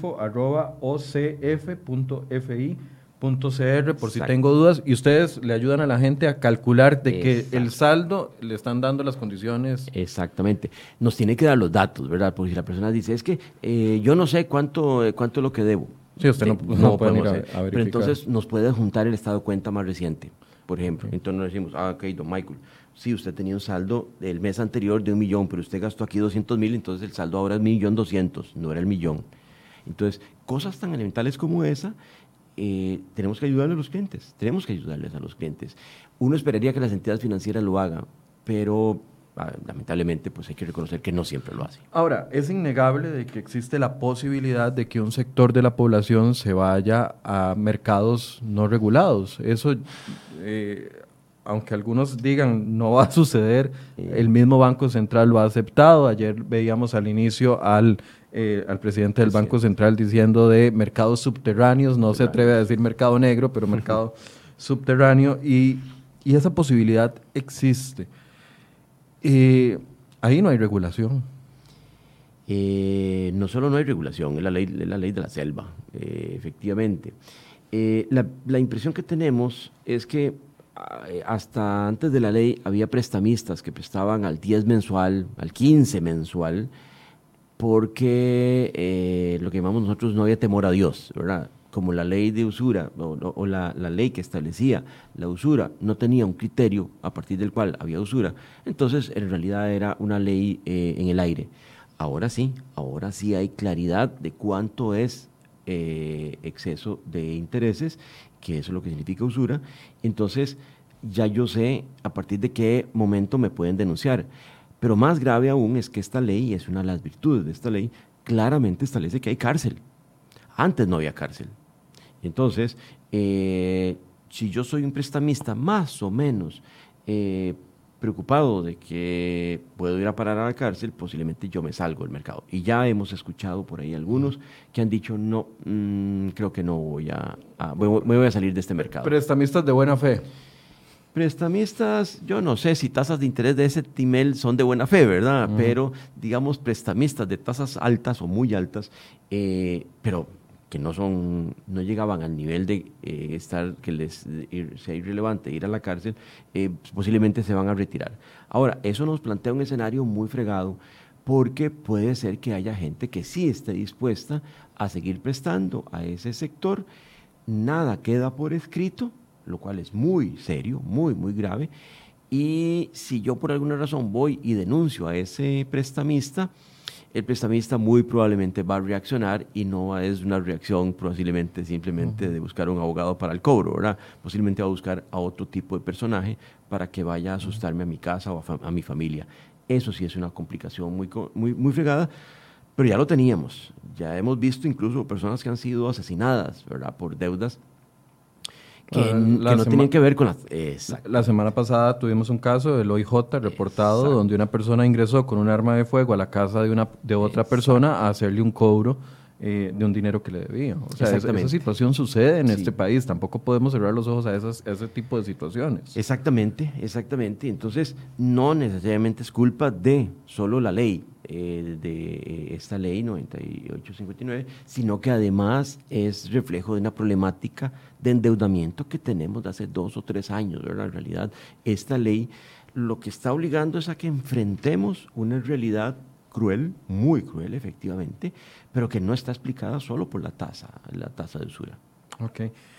info@ocf.fi.cr por si tengo dudas. Y ustedes le ayudan a la gente a calcular de que el saldo le están dando las condiciones. Exactamente. Nos tiene que dar los datos, ¿verdad? Porque si la persona dice, es que yo no sé cuánto es lo que debo. Sí, usted no puede ir a verificar. Pero entonces nos puede juntar el estado de cuenta más reciente, por ejemplo. Okay. Entonces nos decimos, ok, don Michael, sí, usted tenía un saldo del mes anterior de 1.000.000, pero usted gastó aquí 200.000, entonces el saldo ahora es 1.200.000, no era el 1.000.000. Entonces, cosas tan elementales como esa, tenemos que ayudarle a los clientes, Uno esperaría que las entidades financieras lo hagan, pero lamentablemente pues hay que reconocer que no siempre lo hacen. Ahora, es innegable de que existe la posibilidad de que un sector de la población se vaya a mercados no regulados. Eso... aunque algunos digan no va a suceder, el mismo Banco Central lo ha aceptado. Ayer veíamos al inicio al presidente del Banco Central diciendo de mercados subterráneos, no se atreve a decir mercado negro, pero mercado subterráneo, y esa posibilidad existe. Ahí no hay regulación. No solo no hay regulación, es la ley de la selva, efectivamente. La impresión que tenemos es que hasta antes de la ley había prestamistas que prestaban al 10 mensual, al 15 mensual, porque lo que llamamos nosotros no había temor a Dios, ¿verdad? Como la ley de usura o la ley que establecía la usura no tenía un criterio a partir del cual había usura, entonces en realidad era una ley en el aire. Ahora sí hay claridad de cuánto es exceso de intereses, que eso es lo que significa usura. Entonces, ya yo sé a partir de qué momento me pueden denunciar. Pero más grave aún es que esta ley, es una de las virtudes de esta ley, claramente establece que hay cárcel. Antes no había cárcel. Entonces, si yo soy un prestamista más o menos preocupado de que puedo ir a parar a la cárcel, posiblemente yo me salgo del mercado. Y ya hemos escuchado por ahí algunos que han dicho, no, creo que no me voy a salir de este mercado. Prestamistas de buena fe. Prestamistas, yo no sé si tasas de interés de ese TIMEL son de buena fe, ¿verdad? Pero, digamos, prestamistas de tasas altas o muy altas, pero que no llegaban al nivel de sea irrelevante ir a la cárcel, posiblemente se van a retirar. Ahora, eso nos plantea un escenario muy fregado, porque puede ser que haya gente que sí esté dispuesta a seguir prestando a ese sector, nada queda por escrito, lo cual es muy serio, muy, muy grave, y si yo por alguna razón voy y denuncio a ese prestamista, el prestamista muy probablemente va a reaccionar y no es una reacción posiblemente simplemente de buscar un abogado para el cobro, ¿verdad? Posiblemente va a buscar a otro tipo de personaje para que vaya a asustarme a mi casa o a mi familia. Eso sí es una complicación muy fregada, pero ya lo teníamos. Ya hemos visto incluso personas que han sido asesinadas, ¿verdad? Por deudas que no tenían que ver con las... La semana pasada tuvimos un caso del OIJ reportado. Exacto. Donde una persona ingresó con un arma de fuego a la casa de otra Exacto. persona a hacerle un cobro de un dinero que le debía. O sea, esa situación sucede en este país. Tampoco podemos cerrar los ojos a ese tipo de situaciones. Exactamente. Entonces, no necesariamente es culpa de solo la ley, de esta ley 9859, sino que además es reflejo de una problemática de endeudamiento que tenemos de hace 2 o 3 años, ¿verdad? En realidad, esta ley lo que está obligando es a que enfrentemos una realidad cruel, muy cruel efectivamente, pero que no está explicada solo por la tasa de usura. Ok.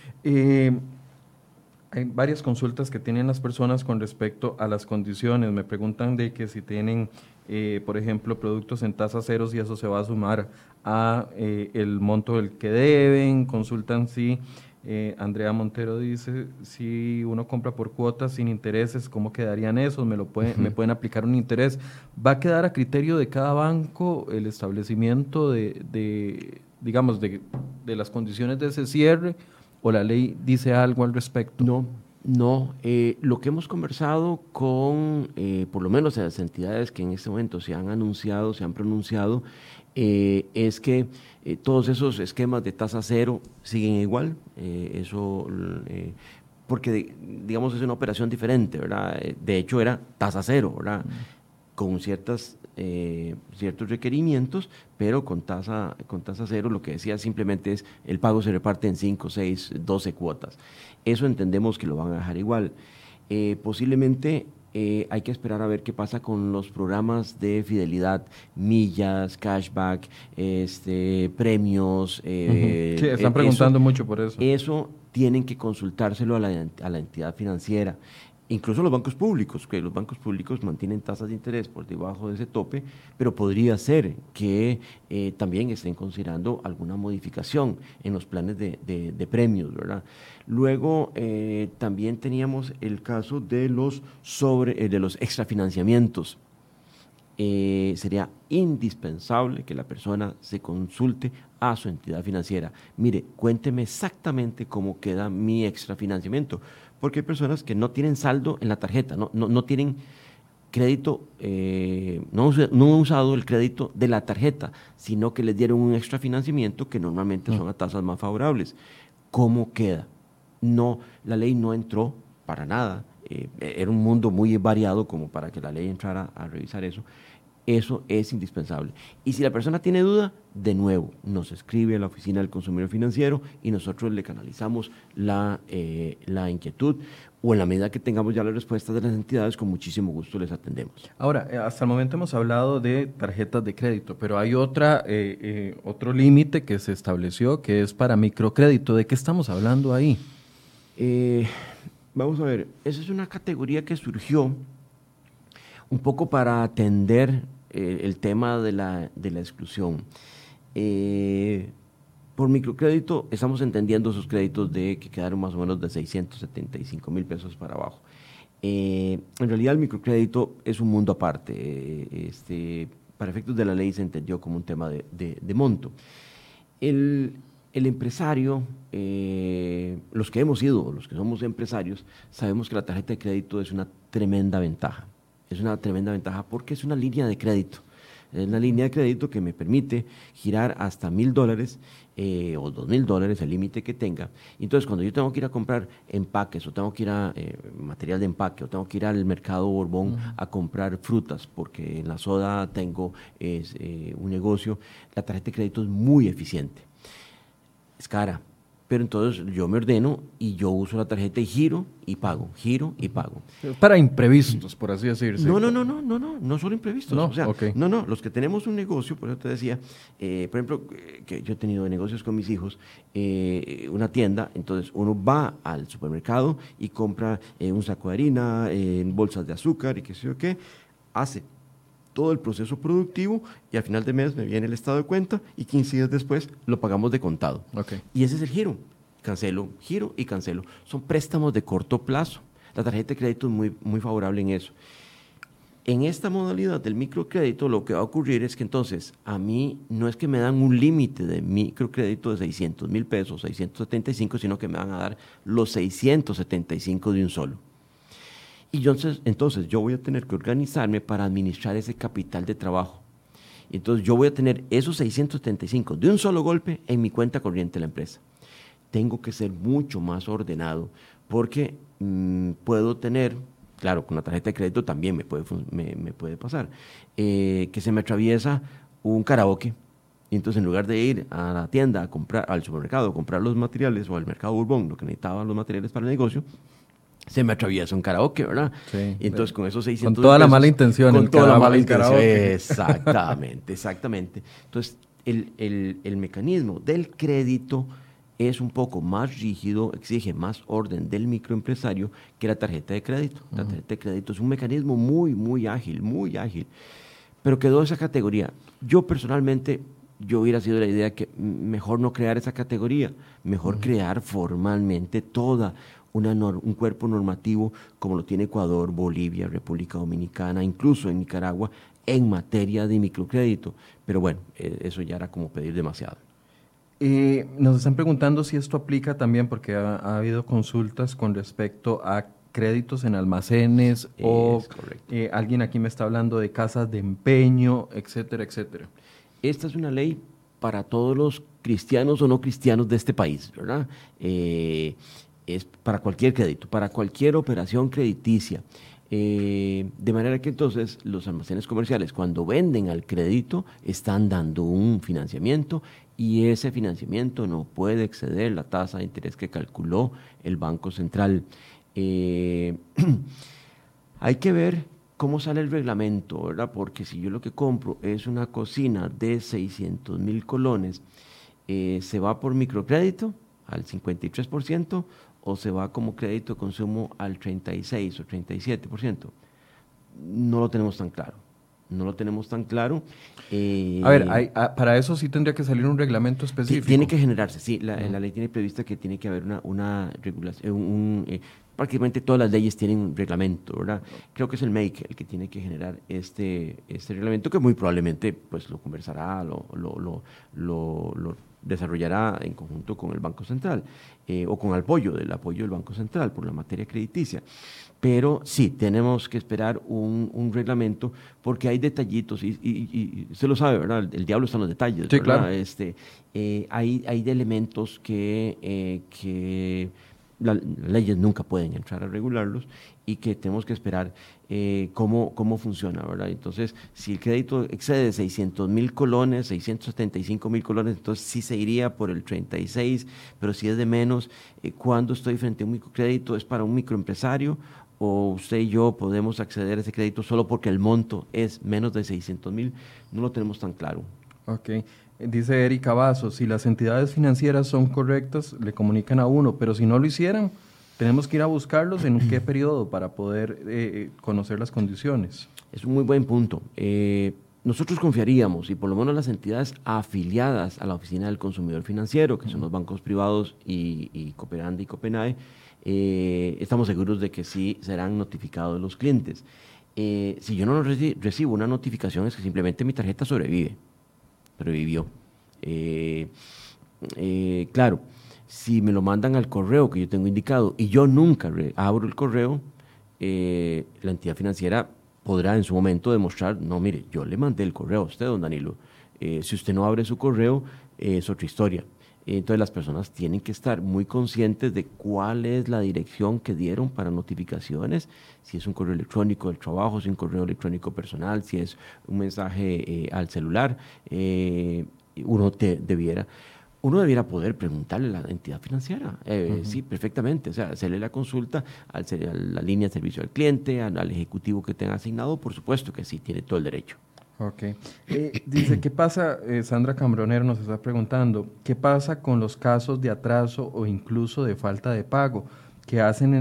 Hay varias consultas que tienen las personas con respecto a las condiciones. Me preguntan de que si tienen, por ejemplo, productos en tasa cero, si eso se va a sumar a el monto del que deben. Consultan si, Andrea Montero dice, si uno compra por cuotas sin intereses, ¿cómo quedarían esos? ¿Me pueden aplicar un interés? ¿Va a quedar a criterio de cada banco el establecimiento de las condiciones de ese cierre? ¿O la ley dice algo al respecto? No. Lo que hemos conversado con, por lo menos las entidades que en este momento se han pronunciado, es que todos esos esquemas de tasa cero siguen igual. Porque, digamos, es una operación diferente, ¿verdad? De hecho, era tasa cero, ¿verdad? Con ciertos requerimientos, pero con tasa cero lo que decía simplemente es el pago se reparte en 5, 6, 12 cuotas. Eso entendemos que lo van a dejar igual. Posiblemente hay que esperar a ver qué pasa con los programas de fidelidad, millas, cashback, premios. Sí, están preguntando mucho por eso. Eso tienen que consultárselo a la entidad financiera. Incluso los bancos públicos, que los bancos públicos mantienen tasas de interés por debajo de ese tope, pero podría ser que también estén considerando alguna modificación en los planes de premios, ¿verdad? Luego también teníamos el caso de los extrafinanciamientos. Sería indispensable que la persona se consulte a su entidad financiera. Mire, cuénteme exactamente cómo queda mi extrafinanciamiento, porque hay personas que no tienen saldo en la tarjeta, no tienen crédito, no han usado el crédito de la tarjeta, sino que les dieron un extrafinanciamiento que normalmente son a tasas más favorables. ¿Cómo queda? No, la ley no entró para nada. Era un mundo muy variado como para que la ley entrara a revisar eso. Eso es indispensable. Y si la persona tiene duda, de nuevo, nos escribe a la Oficina del Consumidor Financiero y nosotros le canalizamos la inquietud, o en la medida que tengamos ya las respuestas de las entidades, con muchísimo gusto les atendemos. Ahora, hasta el momento hemos hablado de tarjetas de crédito, pero hay otro límite que se estableció, que es para microcrédito. ¿De qué estamos hablando ahí? Vamos a ver, esa es una categoría que surgió un poco para atender el tema de la exclusión. Por microcrédito estamos entendiendo esos créditos que quedaron más o menos de 675,000 pesos para abajo. En realidad el microcrédito es un mundo aparte. Para efectos de la ley se entendió como un tema de monto. El empresario, los que hemos ido, los que somos empresarios, sabemos que la tarjeta de crédito es una tremenda ventaja. Es una tremenda ventaja porque es una línea de crédito. Es una línea de crédito que me permite girar hasta $1,000 o $2,000, el límite que tenga. Entonces, cuando yo tengo que ir a comprar empaques, o tengo que ir a material de empaque, o tengo que ir al mercado Borbón a comprar frutas, porque en la soda tengo un negocio, la tarjeta de crédito es muy eficiente. Es cara, pero entonces yo me ordeno y yo uso la tarjeta y giro y pago. Para imprevistos, por así decirse. No solo imprevistos. No, o sea, okay. no, los que tenemos un negocio, por eso te decía, por ejemplo, que yo he tenido negocios con mis hijos, una tienda, entonces uno va al supermercado y compra un saco de harina, bolsas de azúcar y qué sé yo qué, hace todo el proceso productivo y al final de mes me viene el estado de cuenta y 15 días después lo pagamos de contado. Okay. Y ese es el giro. Cancelo, giro y cancelo. Son préstamos de corto plazo. La tarjeta de crédito es muy favorable en eso. En esta modalidad del microcrédito lo que va a ocurrir es que entonces a mí no es que me dan un límite de microcrédito de 600,000 pesos, 675, sino que me van a dar los 675 de un solo. Y entonces yo voy a tener que organizarme para administrar ese capital de trabajo. Entonces yo voy a tener esos 675 de un solo golpe en mi cuenta corriente de la empresa. Tengo que ser mucho más ordenado porque puedo tener, claro, con la tarjeta de crédito también me puede pasar, que se me atraviesa un karaoke. Y entonces en lugar de ir a la tienda a comprar, al supermercado a comprar los materiales o al mercado Borbón, lo que necesitaba los materiales para el negocio, se me atraviesa un karaoke, ¿verdad? Sí. Y entonces con esos 600 con toda pesos, la mala intención. Con toda la mala intención. Karaoke. Exactamente. Entonces, el mecanismo del crédito es un poco más rígido, exige más orden del microempresario que la tarjeta de crédito. La tarjeta de crédito es un mecanismo muy ágil, pero quedó esa categoría. Yo personalmente, yo hubiera sido la idea que mejor no crear esa categoría, mejor crear formalmente un cuerpo normativo como lo tiene Ecuador, Bolivia, República Dominicana, incluso en Nicaragua, en materia de microcrédito. Pero bueno, eso ya era como pedir demasiado. Nos están preguntando si esto aplica también, porque ha habido consultas con respecto a créditos en almacenes o alguien aquí me está hablando de casas de empeño, etcétera. Esta es una ley para todos los cristianos o no cristianos de este país, ¿verdad? Es para cualquier crédito, para cualquier operación crediticia. De manera que entonces los almacenes comerciales, cuando venden al crédito, están dando un financiamiento y ese financiamiento no puede exceder la tasa de interés que calculó el Banco Central. Hay que ver cómo sale el reglamento, ¿verdad? Porque si yo lo que compro es una cocina de 600,000 colones, ¿se va por microcrédito al 53%? ¿O se va como crédito de consumo al 36 o 37%? No lo tenemos tan claro. A ver, para eso sí tendría que salir un reglamento específico. Tiene que generarse, sí. La ley tiene prevista que tiene que haber una regulación. Prácticamente todas las leyes tienen un reglamento, ¿verdad? Creo que es el MEIC el que tiene que generar este reglamento, que muy probablemente pues lo conversará, lo desarrollará en conjunto con el Banco Central o con el apoyo del Banco Central por la materia crediticia. Pero sí, tenemos que esperar un reglamento porque hay detallitos y usted lo sabe, ¿verdad? El diablo está en los detalles, sí, ¿verdad? Claro. Hay de elementos que las leyes nunca pueden entrar a regularlos y que tenemos que esperar cómo funciona, ¿verdad? Entonces, si el crédito excede 600,000 colones, 675,000 colones, entonces sí se iría por el 36, pero si es de menos, ¿cuándo estoy frente a un microcrédito? ¿Es para un microempresario? ¿O usted y yo podemos acceder a ese crédito solo porque el monto es menos de 600,000? No lo tenemos tan claro. Ok. Dice Erika Vaso, si las entidades financieras son correctas, le comunican a uno, pero si no lo hicieran, tenemos que ir a buscarlos en qué periodo para poder conocer las condiciones. Es un muy buen punto. nosotros confiaríamos, y por lo menos las entidades afiliadas a la Oficina del Consumidor Financiero, que son los bancos privados y Cooperandi y Copenae, estamos seguros de que sí serán notificados los clientes. Si yo no recibo una notificación, es que simplemente mi tarjeta sobrevivió. Claro, si me lo mandan al correo que yo tengo indicado y yo nunca abro el correo, la entidad financiera podrá en su momento demostrar, no, mire, yo le mandé el correo a usted, don Danilo. Si usted no abre su correo, es otra historia. Entonces las personas tienen que estar muy conscientes de cuál es la dirección que dieron para notificaciones, si es un correo electrónico del trabajo, si es un correo electrónico personal, si es un mensaje al celular. Uno debiera poder preguntarle a la entidad financiera. Sí, perfectamente. O sea, hacerle la consulta a la línea de servicio al cliente, al ejecutivo que tenga asignado, por supuesto que sí, tiene todo el derecho. Ok. Dice, ¿qué pasa? Sandra Cambronero nos está preguntando, ¿qué pasa con los casos de atraso o incluso de falta de pago que hacen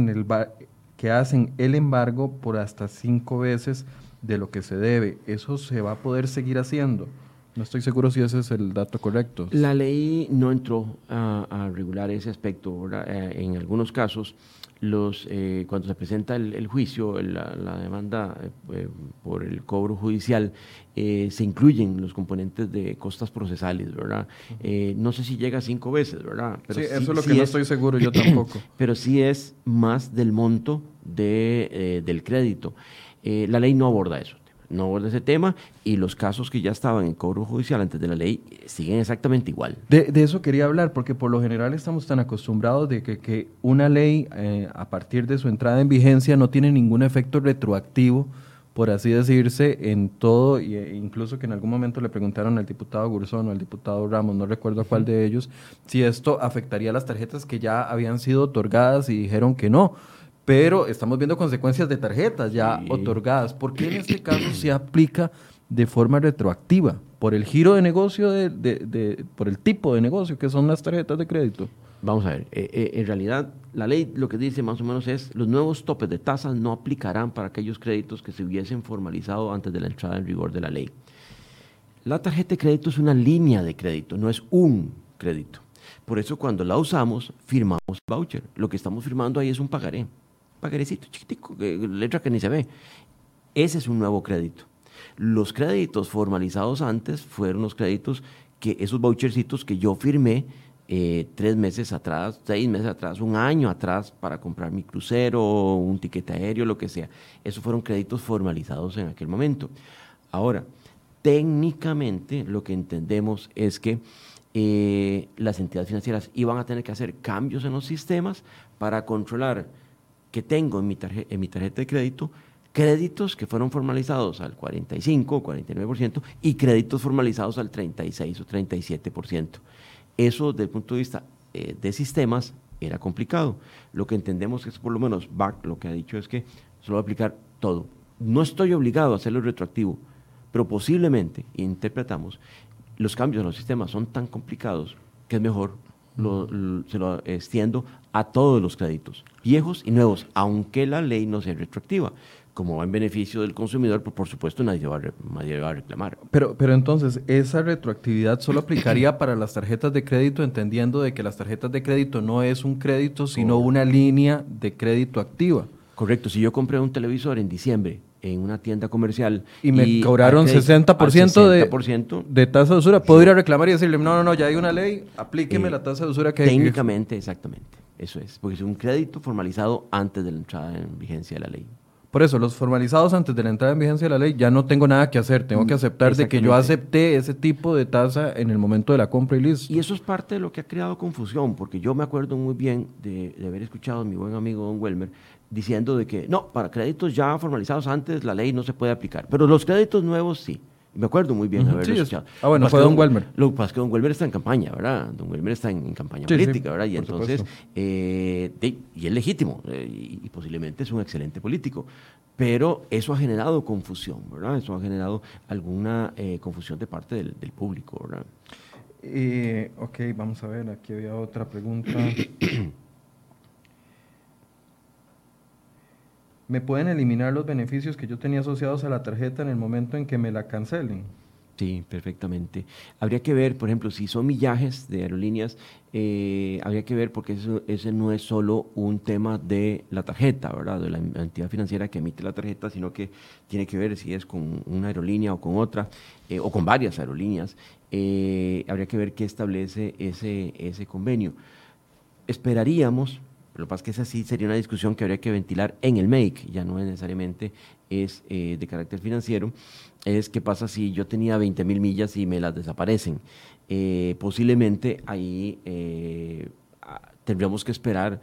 el embargo por hasta 5 veces de lo que se debe? ¿Eso se va a poder seguir haciendo? No estoy seguro si ese es el dato correcto. La ley no entró a regular ese aspecto. En algunos casos, cuando se presenta el juicio, la demanda por el cobro judicial, se incluyen los componentes de costas procesales, ¿verdad? No sé si llega a 5 veces, ¿verdad? Pero sí, eso es lo que no estoy seguro, yo tampoco. Pero sí es más del monto del crédito. La ley no aborda eso. No aborda ese tema, y los casos que ya estaban en cobro judicial antes de la ley siguen exactamente igual. De eso quería hablar, porque por lo general estamos tan acostumbrados de que una ley a partir de su entrada en vigencia no tiene ningún efecto retroactivo, por así decirse, en todo, e incluso que en algún momento le preguntaron al diputado Gurzón o al diputado Ramos, no recuerdo a cuál de ellos, si esto afectaría a las tarjetas que ya habían sido otorgadas, y dijeron que no. Pero estamos viendo consecuencias de tarjetas ya otorgadas. ¿Por qué en este caso se aplica de forma retroactiva? ¿Por el giro de negocio, por el tipo de negocio que son las tarjetas de crédito? Vamos a ver, en realidad la ley lo que dice más o menos es: los nuevos topes de tasas no aplicarán para aquellos créditos que se hubiesen formalizado antes de la entrada en vigor de la ley. La tarjeta de crédito es una línea de crédito, no es un crédito. Por eso cuando la usamos, firmamos voucher. Lo que estamos firmando ahí es un pagaré. Pagarecito chiquitico, letra que ni se ve. Ese es un nuevo crédito. Los créditos formalizados antes fueron los créditos esos vouchercitos que yo firmé 3 meses atrás, 6 meses atrás, 1 año atrás, para comprar mi crucero, un tiquete aéreo, lo que sea. Esos fueron créditos formalizados en aquel momento. Ahora, técnicamente lo que entendemos es que las entidades financieras iban a tener que hacer cambios en los sistemas para controlar que tengo en mi tarjeta de crédito, créditos que fueron formalizados al 45 o 49% y créditos formalizados al 36 o 37%. Eso, desde el punto de vista de sistemas, era complicado. Lo que entendemos es, por lo menos, BAC lo que ha dicho es que se lo va a aplicar todo. No estoy obligado a hacerlo retroactivo, pero posiblemente, interpretamos, los cambios en los sistemas son tan complicados que es mejor se lo extiendo a todos los créditos, viejos y nuevos, aunque la ley no sea retroactiva. Como va en beneficio del consumidor, pues por supuesto nadie va a reclamar. Pero entonces, ¿esa retroactividad solo aplicaría para las tarjetas de crédito, entendiendo de que las tarjetas de crédito no es un crédito, sino una línea de crédito activa? Correcto. Si yo compré un televisor en diciembre en una tienda comercial y me cobraron 60% de tasa de usura, ¿puedo ir a reclamar y decirle, no, ya hay una ley, aplíqueme la tasa de usura que hay? Técnicamente, exactamente. Eso es, porque es un crédito formalizado antes de la entrada en vigencia de la ley. Por eso, los formalizados antes de la entrada en vigencia de la ley, ya no tengo nada que hacer, tengo que aceptar de que yo acepté ese tipo de tasa en el momento de la compra y listo. Y eso es parte de lo que ha creado confusión, porque yo me acuerdo muy bien de haber escuchado a mi buen amigo Don Welmer diciendo de que no, para créditos ya formalizados antes la ley no se puede aplicar, pero los créditos nuevos sí. Me acuerdo muy bien de haberlo escuchado. Bueno, fue Don Welmer. Lo que pasa es que Don Welmer está en campaña, ¿verdad? Don Welmer está en campaña política, ¿verdad? Y entonces, y es legítimo, y posiblemente es un excelente político. Pero eso ha generado confusión, ¿verdad? Eso ha generado alguna confusión de parte del público, ¿verdad? Ok, vamos a ver, aquí había otra pregunta. ¿Me pueden eliminar los beneficios que yo tenía asociados a la tarjeta en el momento en que me la cancelen? Sí, perfectamente. Habría que ver, por ejemplo, si son millajes de aerolíneas, habría que ver porque ese no es solo un tema de la tarjeta, ¿verdad? De la entidad financiera que emite la tarjeta, sino que tiene que ver si es con una aerolínea o con otra, o con varias aerolíneas. Habría que ver qué establece ese convenio. Esperaríamos, lo que pasa es que esa sí sería una discusión que habría que ventilar en el MEIC, ya no es necesariamente es de carácter financiero, es qué pasa si yo tenía 20,000 millas y me las desaparecen. Posiblemente ahí tendríamos que esperar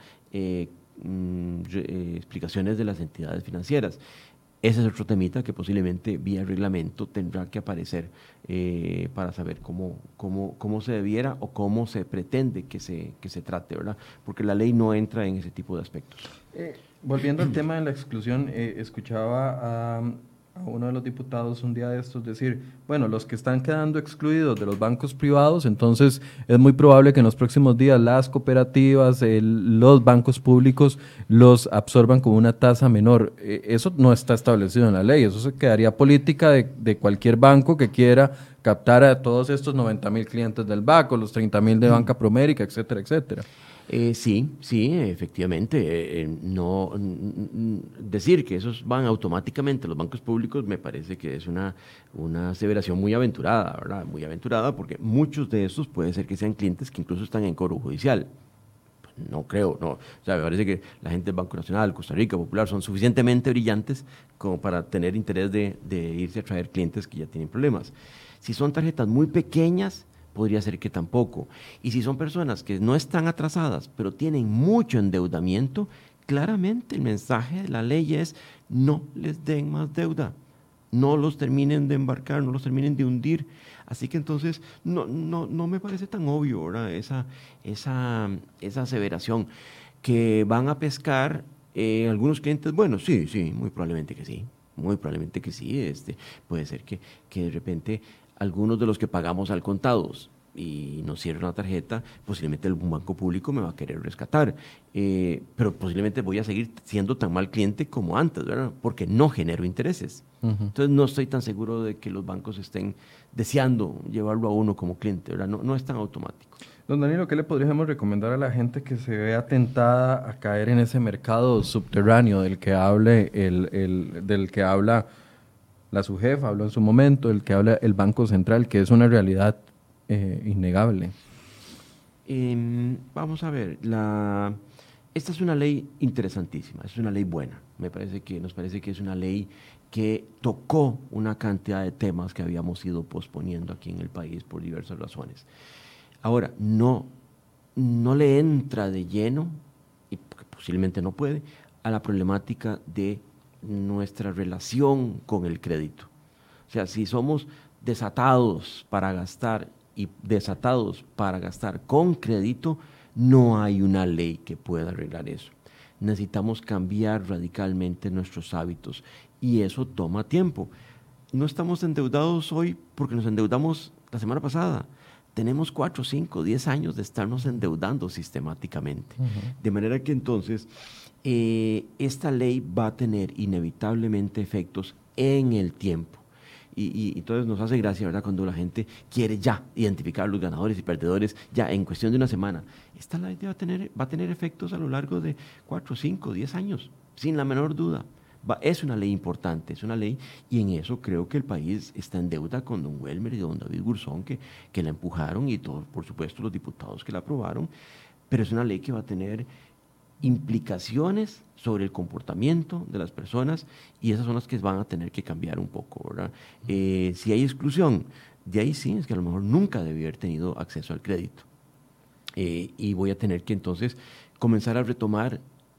explicaciones de las entidades financieras. Ese es otro temita que posiblemente vía reglamento tendrá que aparecer para saber cómo se debiera o cómo se pretende que se trate, ¿verdad? Porque la ley no entra en ese tipo de aspectos. Volviendo al tema de la exclusión, escuchaba a uno de los diputados un día de estos decir, bueno, los que están quedando excluidos de los bancos privados, entonces es muy probable que en los próximos días las cooperativas, los bancos públicos los absorban con una tasa menor. Eso no está establecido en la ley, eso se quedaría política de cualquier banco que quiera captar a todos estos 90,000 clientes del banco, los 30,000 de Banca Promérica, etcétera, etcétera. Sí, efectivamente. Decir que esos van automáticamente a los bancos públicos me parece que es una aseveración muy aventurada, ¿verdad? Muy aventurada porque muchos de esos puede ser que sean clientes que incluso están en cobro judicial. No creo, no. O sea, me parece que la gente del Banco Nacional, Costa Rica, Popular, son suficientemente brillantes como para tener interés de irse a traer clientes que ya tienen problemas. Si son tarjetas muy pequeñas, podría ser que tampoco. Y si son personas que no están atrasadas, pero tienen mucho endeudamiento, claramente el mensaje de la ley es no les den más deuda, no los terminen de embarcar, no los terminen de hundir. Así que entonces no me parece tan obvio, ¿verdad? Esa aseveración que van a pescar algunos clientes. Bueno, sí, muy probablemente que sí. Muy probablemente que sí. Puede ser que de repente algunos de los que pagamos al contados y nos cierran la tarjeta, posiblemente el banco público me va a querer rescatar, pero posiblemente voy a seguir siendo tan mal cliente como antes, ¿verdad? Porque no genero intereses. Entonces no estoy tan seguro de que los bancos estén deseando llevarlo a uno como cliente, ¿verdad? No es tan automático. Don Danilo, ¿qué le podríamos recomendar a la gente que se vea tentada a caer en ese mercado subterráneo del que habla la SUGEF, habló en su momento, del que habla el Banco Central, que es una realidad innegable? Vamos a ver, esta es una ley interesantísima, es una ley buena. Nos parece que es una ley que tocó una cantidad de temas que habíamos ido posponiendo aquí en el país por diversas razones. Ahora, no le entra de lleno, y posiblemente no puede, a la problemática de nuestra relación con el crédito. O sea, si somos desatados para gastar y desatados para gastar con crédito, no hay una ley que pueda arreglar eso. Necesitamos cambiar radicalmente nuestros hábitos y eso toma tiempo. No estamos endeudados hoy porque nos endeudamos la semana pasada. Tenemos 4, 5, 10 años de estarnos endeudando sistemáticamente. De manera que entonces esta ley va a tener inevitablemente efectos en el tiempo. Y entonces nos hace gracia, ¿verdad?, cuando la gente quiere ya identificar los ganadores y perdedores ya en cuestión de una semana. Esta ley va a tener efectos a lo largo de 4, 5, 10 años, sin la menor duda. Es una ley importante, es una ley, y en eso creo que el país está en deuda con don Welmer y don David Gurzón, que la empujaron, y todos, por supuesto, los diputados que la aprobaron, pero es una ley que va a tener implicaciones sobre el comportamiento de las personas, y esas son las que van a tener que cambiar un poco, ¿verdad? Si hay exclusión, de ahí sí, es que a lo mejor nunca debió haber tenido acceso al crédito. Y voy a tener que entonces comenzar a retomar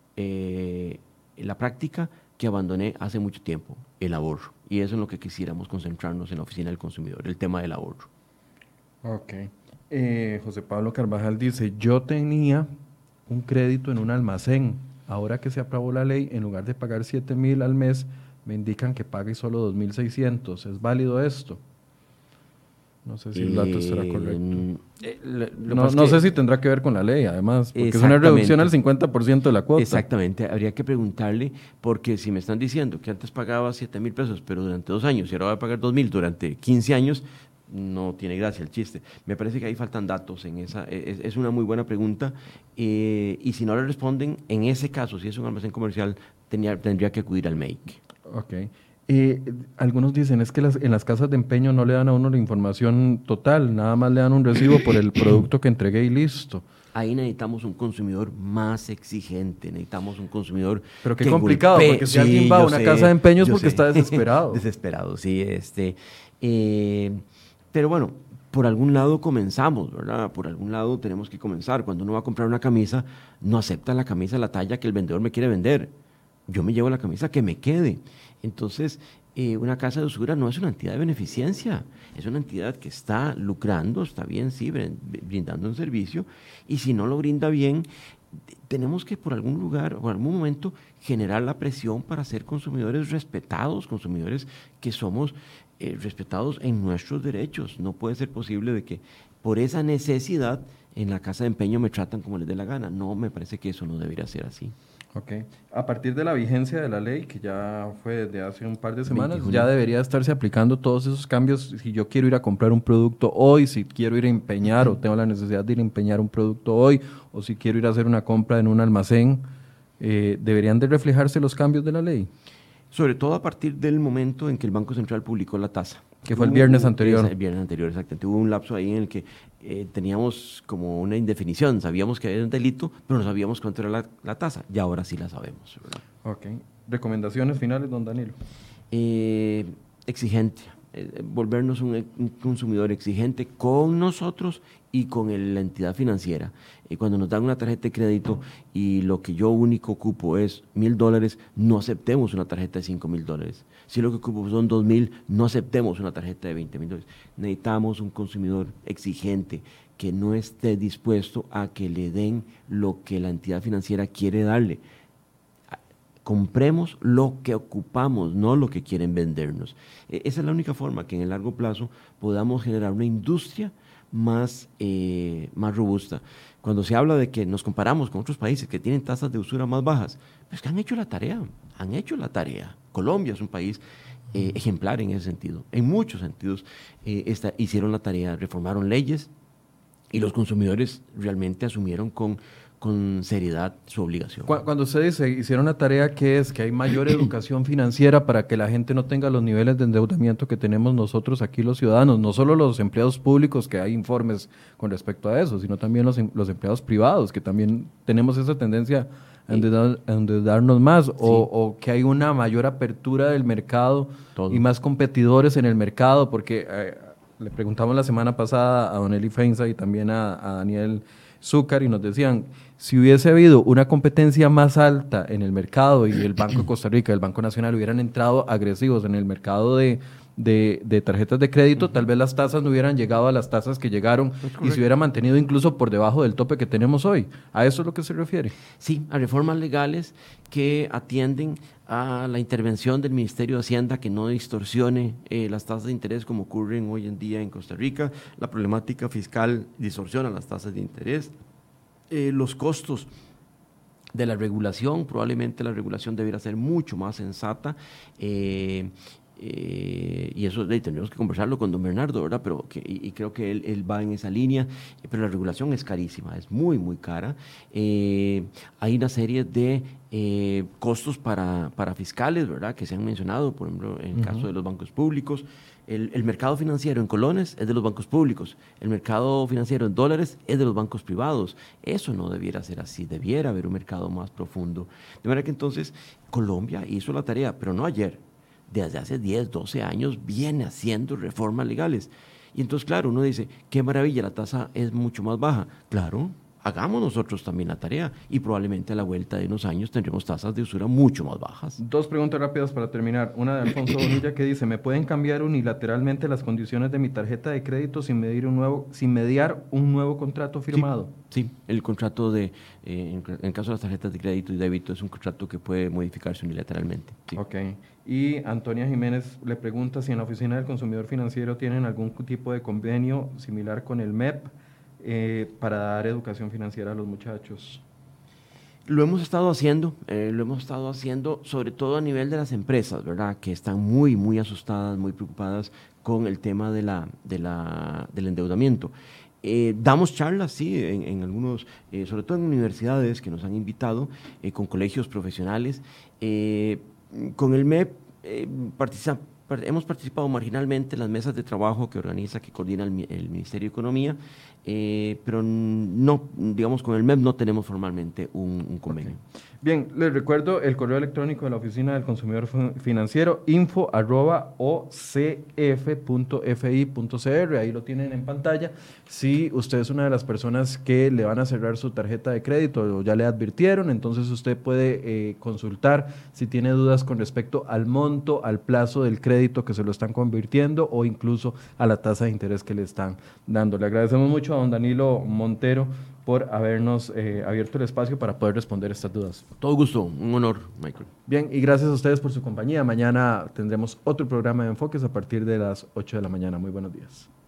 la práctica que abandoné hace mucho tiempo, el ahorro. Y eso es en lo que quisiéramos concentrarnos en la Oficina del Consumidor, el tema del ahorro. Ok. José Pablo Carvajal dice, yo tenía un crédito en un almacén. Ahora que se aprobó la ley, en lugar de pagar 7,000 al mes, me indican que pague solo 2,600. ¿Es válido esto? No sé si el dato estará correcto. No sé si tendrá que ver con la ley, además, porque es una reducción al 50% de la cuota. Exactamente, habría que preguntarle, porque si me están diciendo que antes pagaba 7,000 pesos, pero durante 2 años, y ahora va a pagar 2,000 durante 15 años, no tiene gracia el chiste. Me parece que ahí faltan datos en esa. Es una muy buena pregunta, y si no le responden, en ese caso, si es un almacén comercial, tendría que acudir al MEIC. Ok. Algunos dicen es que en las casas de empeño no le dan a uno la información total, nada más le dan un recibo por el producto que entregué y listo. Ahí necesitamos un consumidor más exigente, necesitamos un consumidor. Pero qué complicado, porque si alguien va a una casa de empeño es porque está desesperado. Desesperado, sí. Pero bueno, por algún lado comenzamos, ¿verdad? Por algún lado tenemos que comenzar. Cuando uno va a comprar una camisa, no acepta la camisa, la talla que el vendedor me quiere vender. Yo me llevo la camisa que me quede. Entonces, una casa de usura no es una entidad de beneficencia, es una entidad que está lucrando, está bien, sí, brindando un servicio, y si no lo brinda bien, tenemos que por algún lugar o algún momento generar la presión para ser consumidores respetados, consumidores que somos respetados en nuestros derechos. No puede ser posible de que por esa necesidad en la casa de empeño me tratan como les dé la gana. No, me parece que eso no debería ser así. Ok. A partir de la vigencia de la ley, que ya fue desde hace un par de semanas, 20 ya debería estarse aplicando todos esos cambios. Si yo quiero ir a comprar un producto hoy, si quiero ir a empeñar o tengo la necesidad de ir a empeñar un producto hoy, o si quiero ir a hacer una compra en un almacén, ¿deberían de reflejarse los cambios de la ley? Sobre todo a partir del momento en que el Banco Central publicó la tasa. Que fue el viernes anterior. El viernes anterior, exactamente. Hubo un lapso ahí en el que teníamos como una indefinición. Sabíamos que era un delito, pero no sabíamos cuánto era la tasa. Y ahora sí la sabemos, ¿verdad? Ok. ¿Recomendaciones finales, don Danilo? Exigente. Volvernos un consumidor exigente con nosotros y con la entidad financiera. Cuando nos dan una tarjeta de crédito y lo que yo único ocupo es $1,000, no aceptemos una tarjeta de $5,000. Si lo que ocupo son 2,000, no aceptemos una tarjeta de $20,000. Necesitamos un consumidor exigente que no esté dispuesto a que le den lo que la entidad financiera quiere darle. Compremos lo que ocupamos, no lo que quieren vendernos. Esa es la única forma que en el largo plazo podamos generar una industria más robusta. Cuando se habla de que nos comparamos con otros países que tienen tasas de usura más bajas, pues que han hecho la tarea. Colombia es un país ejemplar en ese sentido. En muchos sentidos hicieron la tarea, reformaron leyes y los consumidores realmente asumieron con seriedad su obligación. Cuando usted dice hicieron la tarea, ¿qué es? Que hay mayor educación financiera para que la gente no tenga los niveles de endeudamiento que tenemos nosotros aquí los ciudadanos, no solo los empleados públicos, que hay informes con respecto a eso, sino también los empleados privados, que también tenemos esa tendencia a endeudarnos más, sí. o que hay una mayor apertura del mercado y más competidores en el mercado, porque le preguntamos la semana pasada a don Eli Feinza y también a Daniel Zúcar y nos decían, si hubiese habido una competencia más alta en el mercado y el Banco de Costa Rica, el Banco Nacional hubieran entrado agresivos en el mercado de tarjetas de crédito, tal vez las tasas no hubieran llegado a las tasas que llegaron y se hubiera mantenido incluso por debajo del tope que tenemos hoy. ¿A eso es lo que se refiere? Sí, a reformas legales que atienden a la intervención del Ministerio de Hacienda, que no distorsione las tasas de interés como ocurren hoy en día en Costa Rica. La problemática fiscal distorsiona las tasas de interés. Los costos de la regulación, probablemente la regulación debiera ser mucho más sensata. Y eso tendremos que conversarlo con don Bernardo, ¿verdad? Pero y creo que él va en esa línea, pero la regulación es carísima, es muy, muy cara. Hay una serie de costos para fiscales, ¿verdad? Que se han mencionado, por ejemplo, en el caso de los bancos públicos. El mercado financiero en colones es de los bancos públicos, el mercado financiero en dólares es de los bancos privados. Eso no debiera ser así, debiera haber un mercado más profundo. De manera que entonces Colombia hizo la tarea, pero no ayer. Desde hace 10, 12 años viene haciendo reformas legales. Y entonces, claro, uno dice, qué maravilla, la tasa es mucho más baja. Claro, hagamos nosotros también la tarea y probablemente a la vuelta de unos años tendremos tasas de usura mucho más bajas. 2 preguntas rápidas para terminar. Una de Alfonso Bonilla que dice, ¿me pueden cambiar unilateralmente las condiciones de mi tarjeta de crédito sin mediar un nuevo contrato firmado? Sí, el contrato en caso de las tarjetas de crédito y débito es un contrato que puede modificarse unilateralmente. Sí. Ok. Y Antonia Jiménez le pregunta si en la Oficina del Consumidor Financiero tienen algún tipo de convenio similar con el MEP para dar educación financiera a los muchachos. Lo hemos estado haciendo, sobre todo a nivel de las empresas, ¿verdad? Que están muy, muy asustadas, muy preocupadas con el tema del endeudamiento. Damos charlas, sí, en algunos, sobre todo en universidades que nos han invitado, con colegios profesionales. Con el MEP hemos participado marginalmente en las mesas de trabajo que coordina el Ministerio de Economía, pero no, digamos, con el MEP no tenemos formalmente un convenio. Okay. Bien, les recuerdo el correo electrónico de la Oficina del Consumidor Financiero, info@ocf.fi.cr, ahí lo tienen en pantalla. Si usted es una de las personas que le van a cerrar su tarjeta de crédito o ya le advirtieron, entonces usted puede consultar si tiene dudas con respecto al monto, al plazo del crédito que se lo están convirtiendo o incluso a la tasa de interés que le están dando. Le agradecemos mucho a don Danilo Montero por habernos abierto el espacio para poder responder estas dudas. Todo gusto, un honor, Michael. Bien, y gracias a ustedes por su compañía. Mañana tendremos otro programa de Enfoques a partir de las 8 de la mañana. Muy buenos días.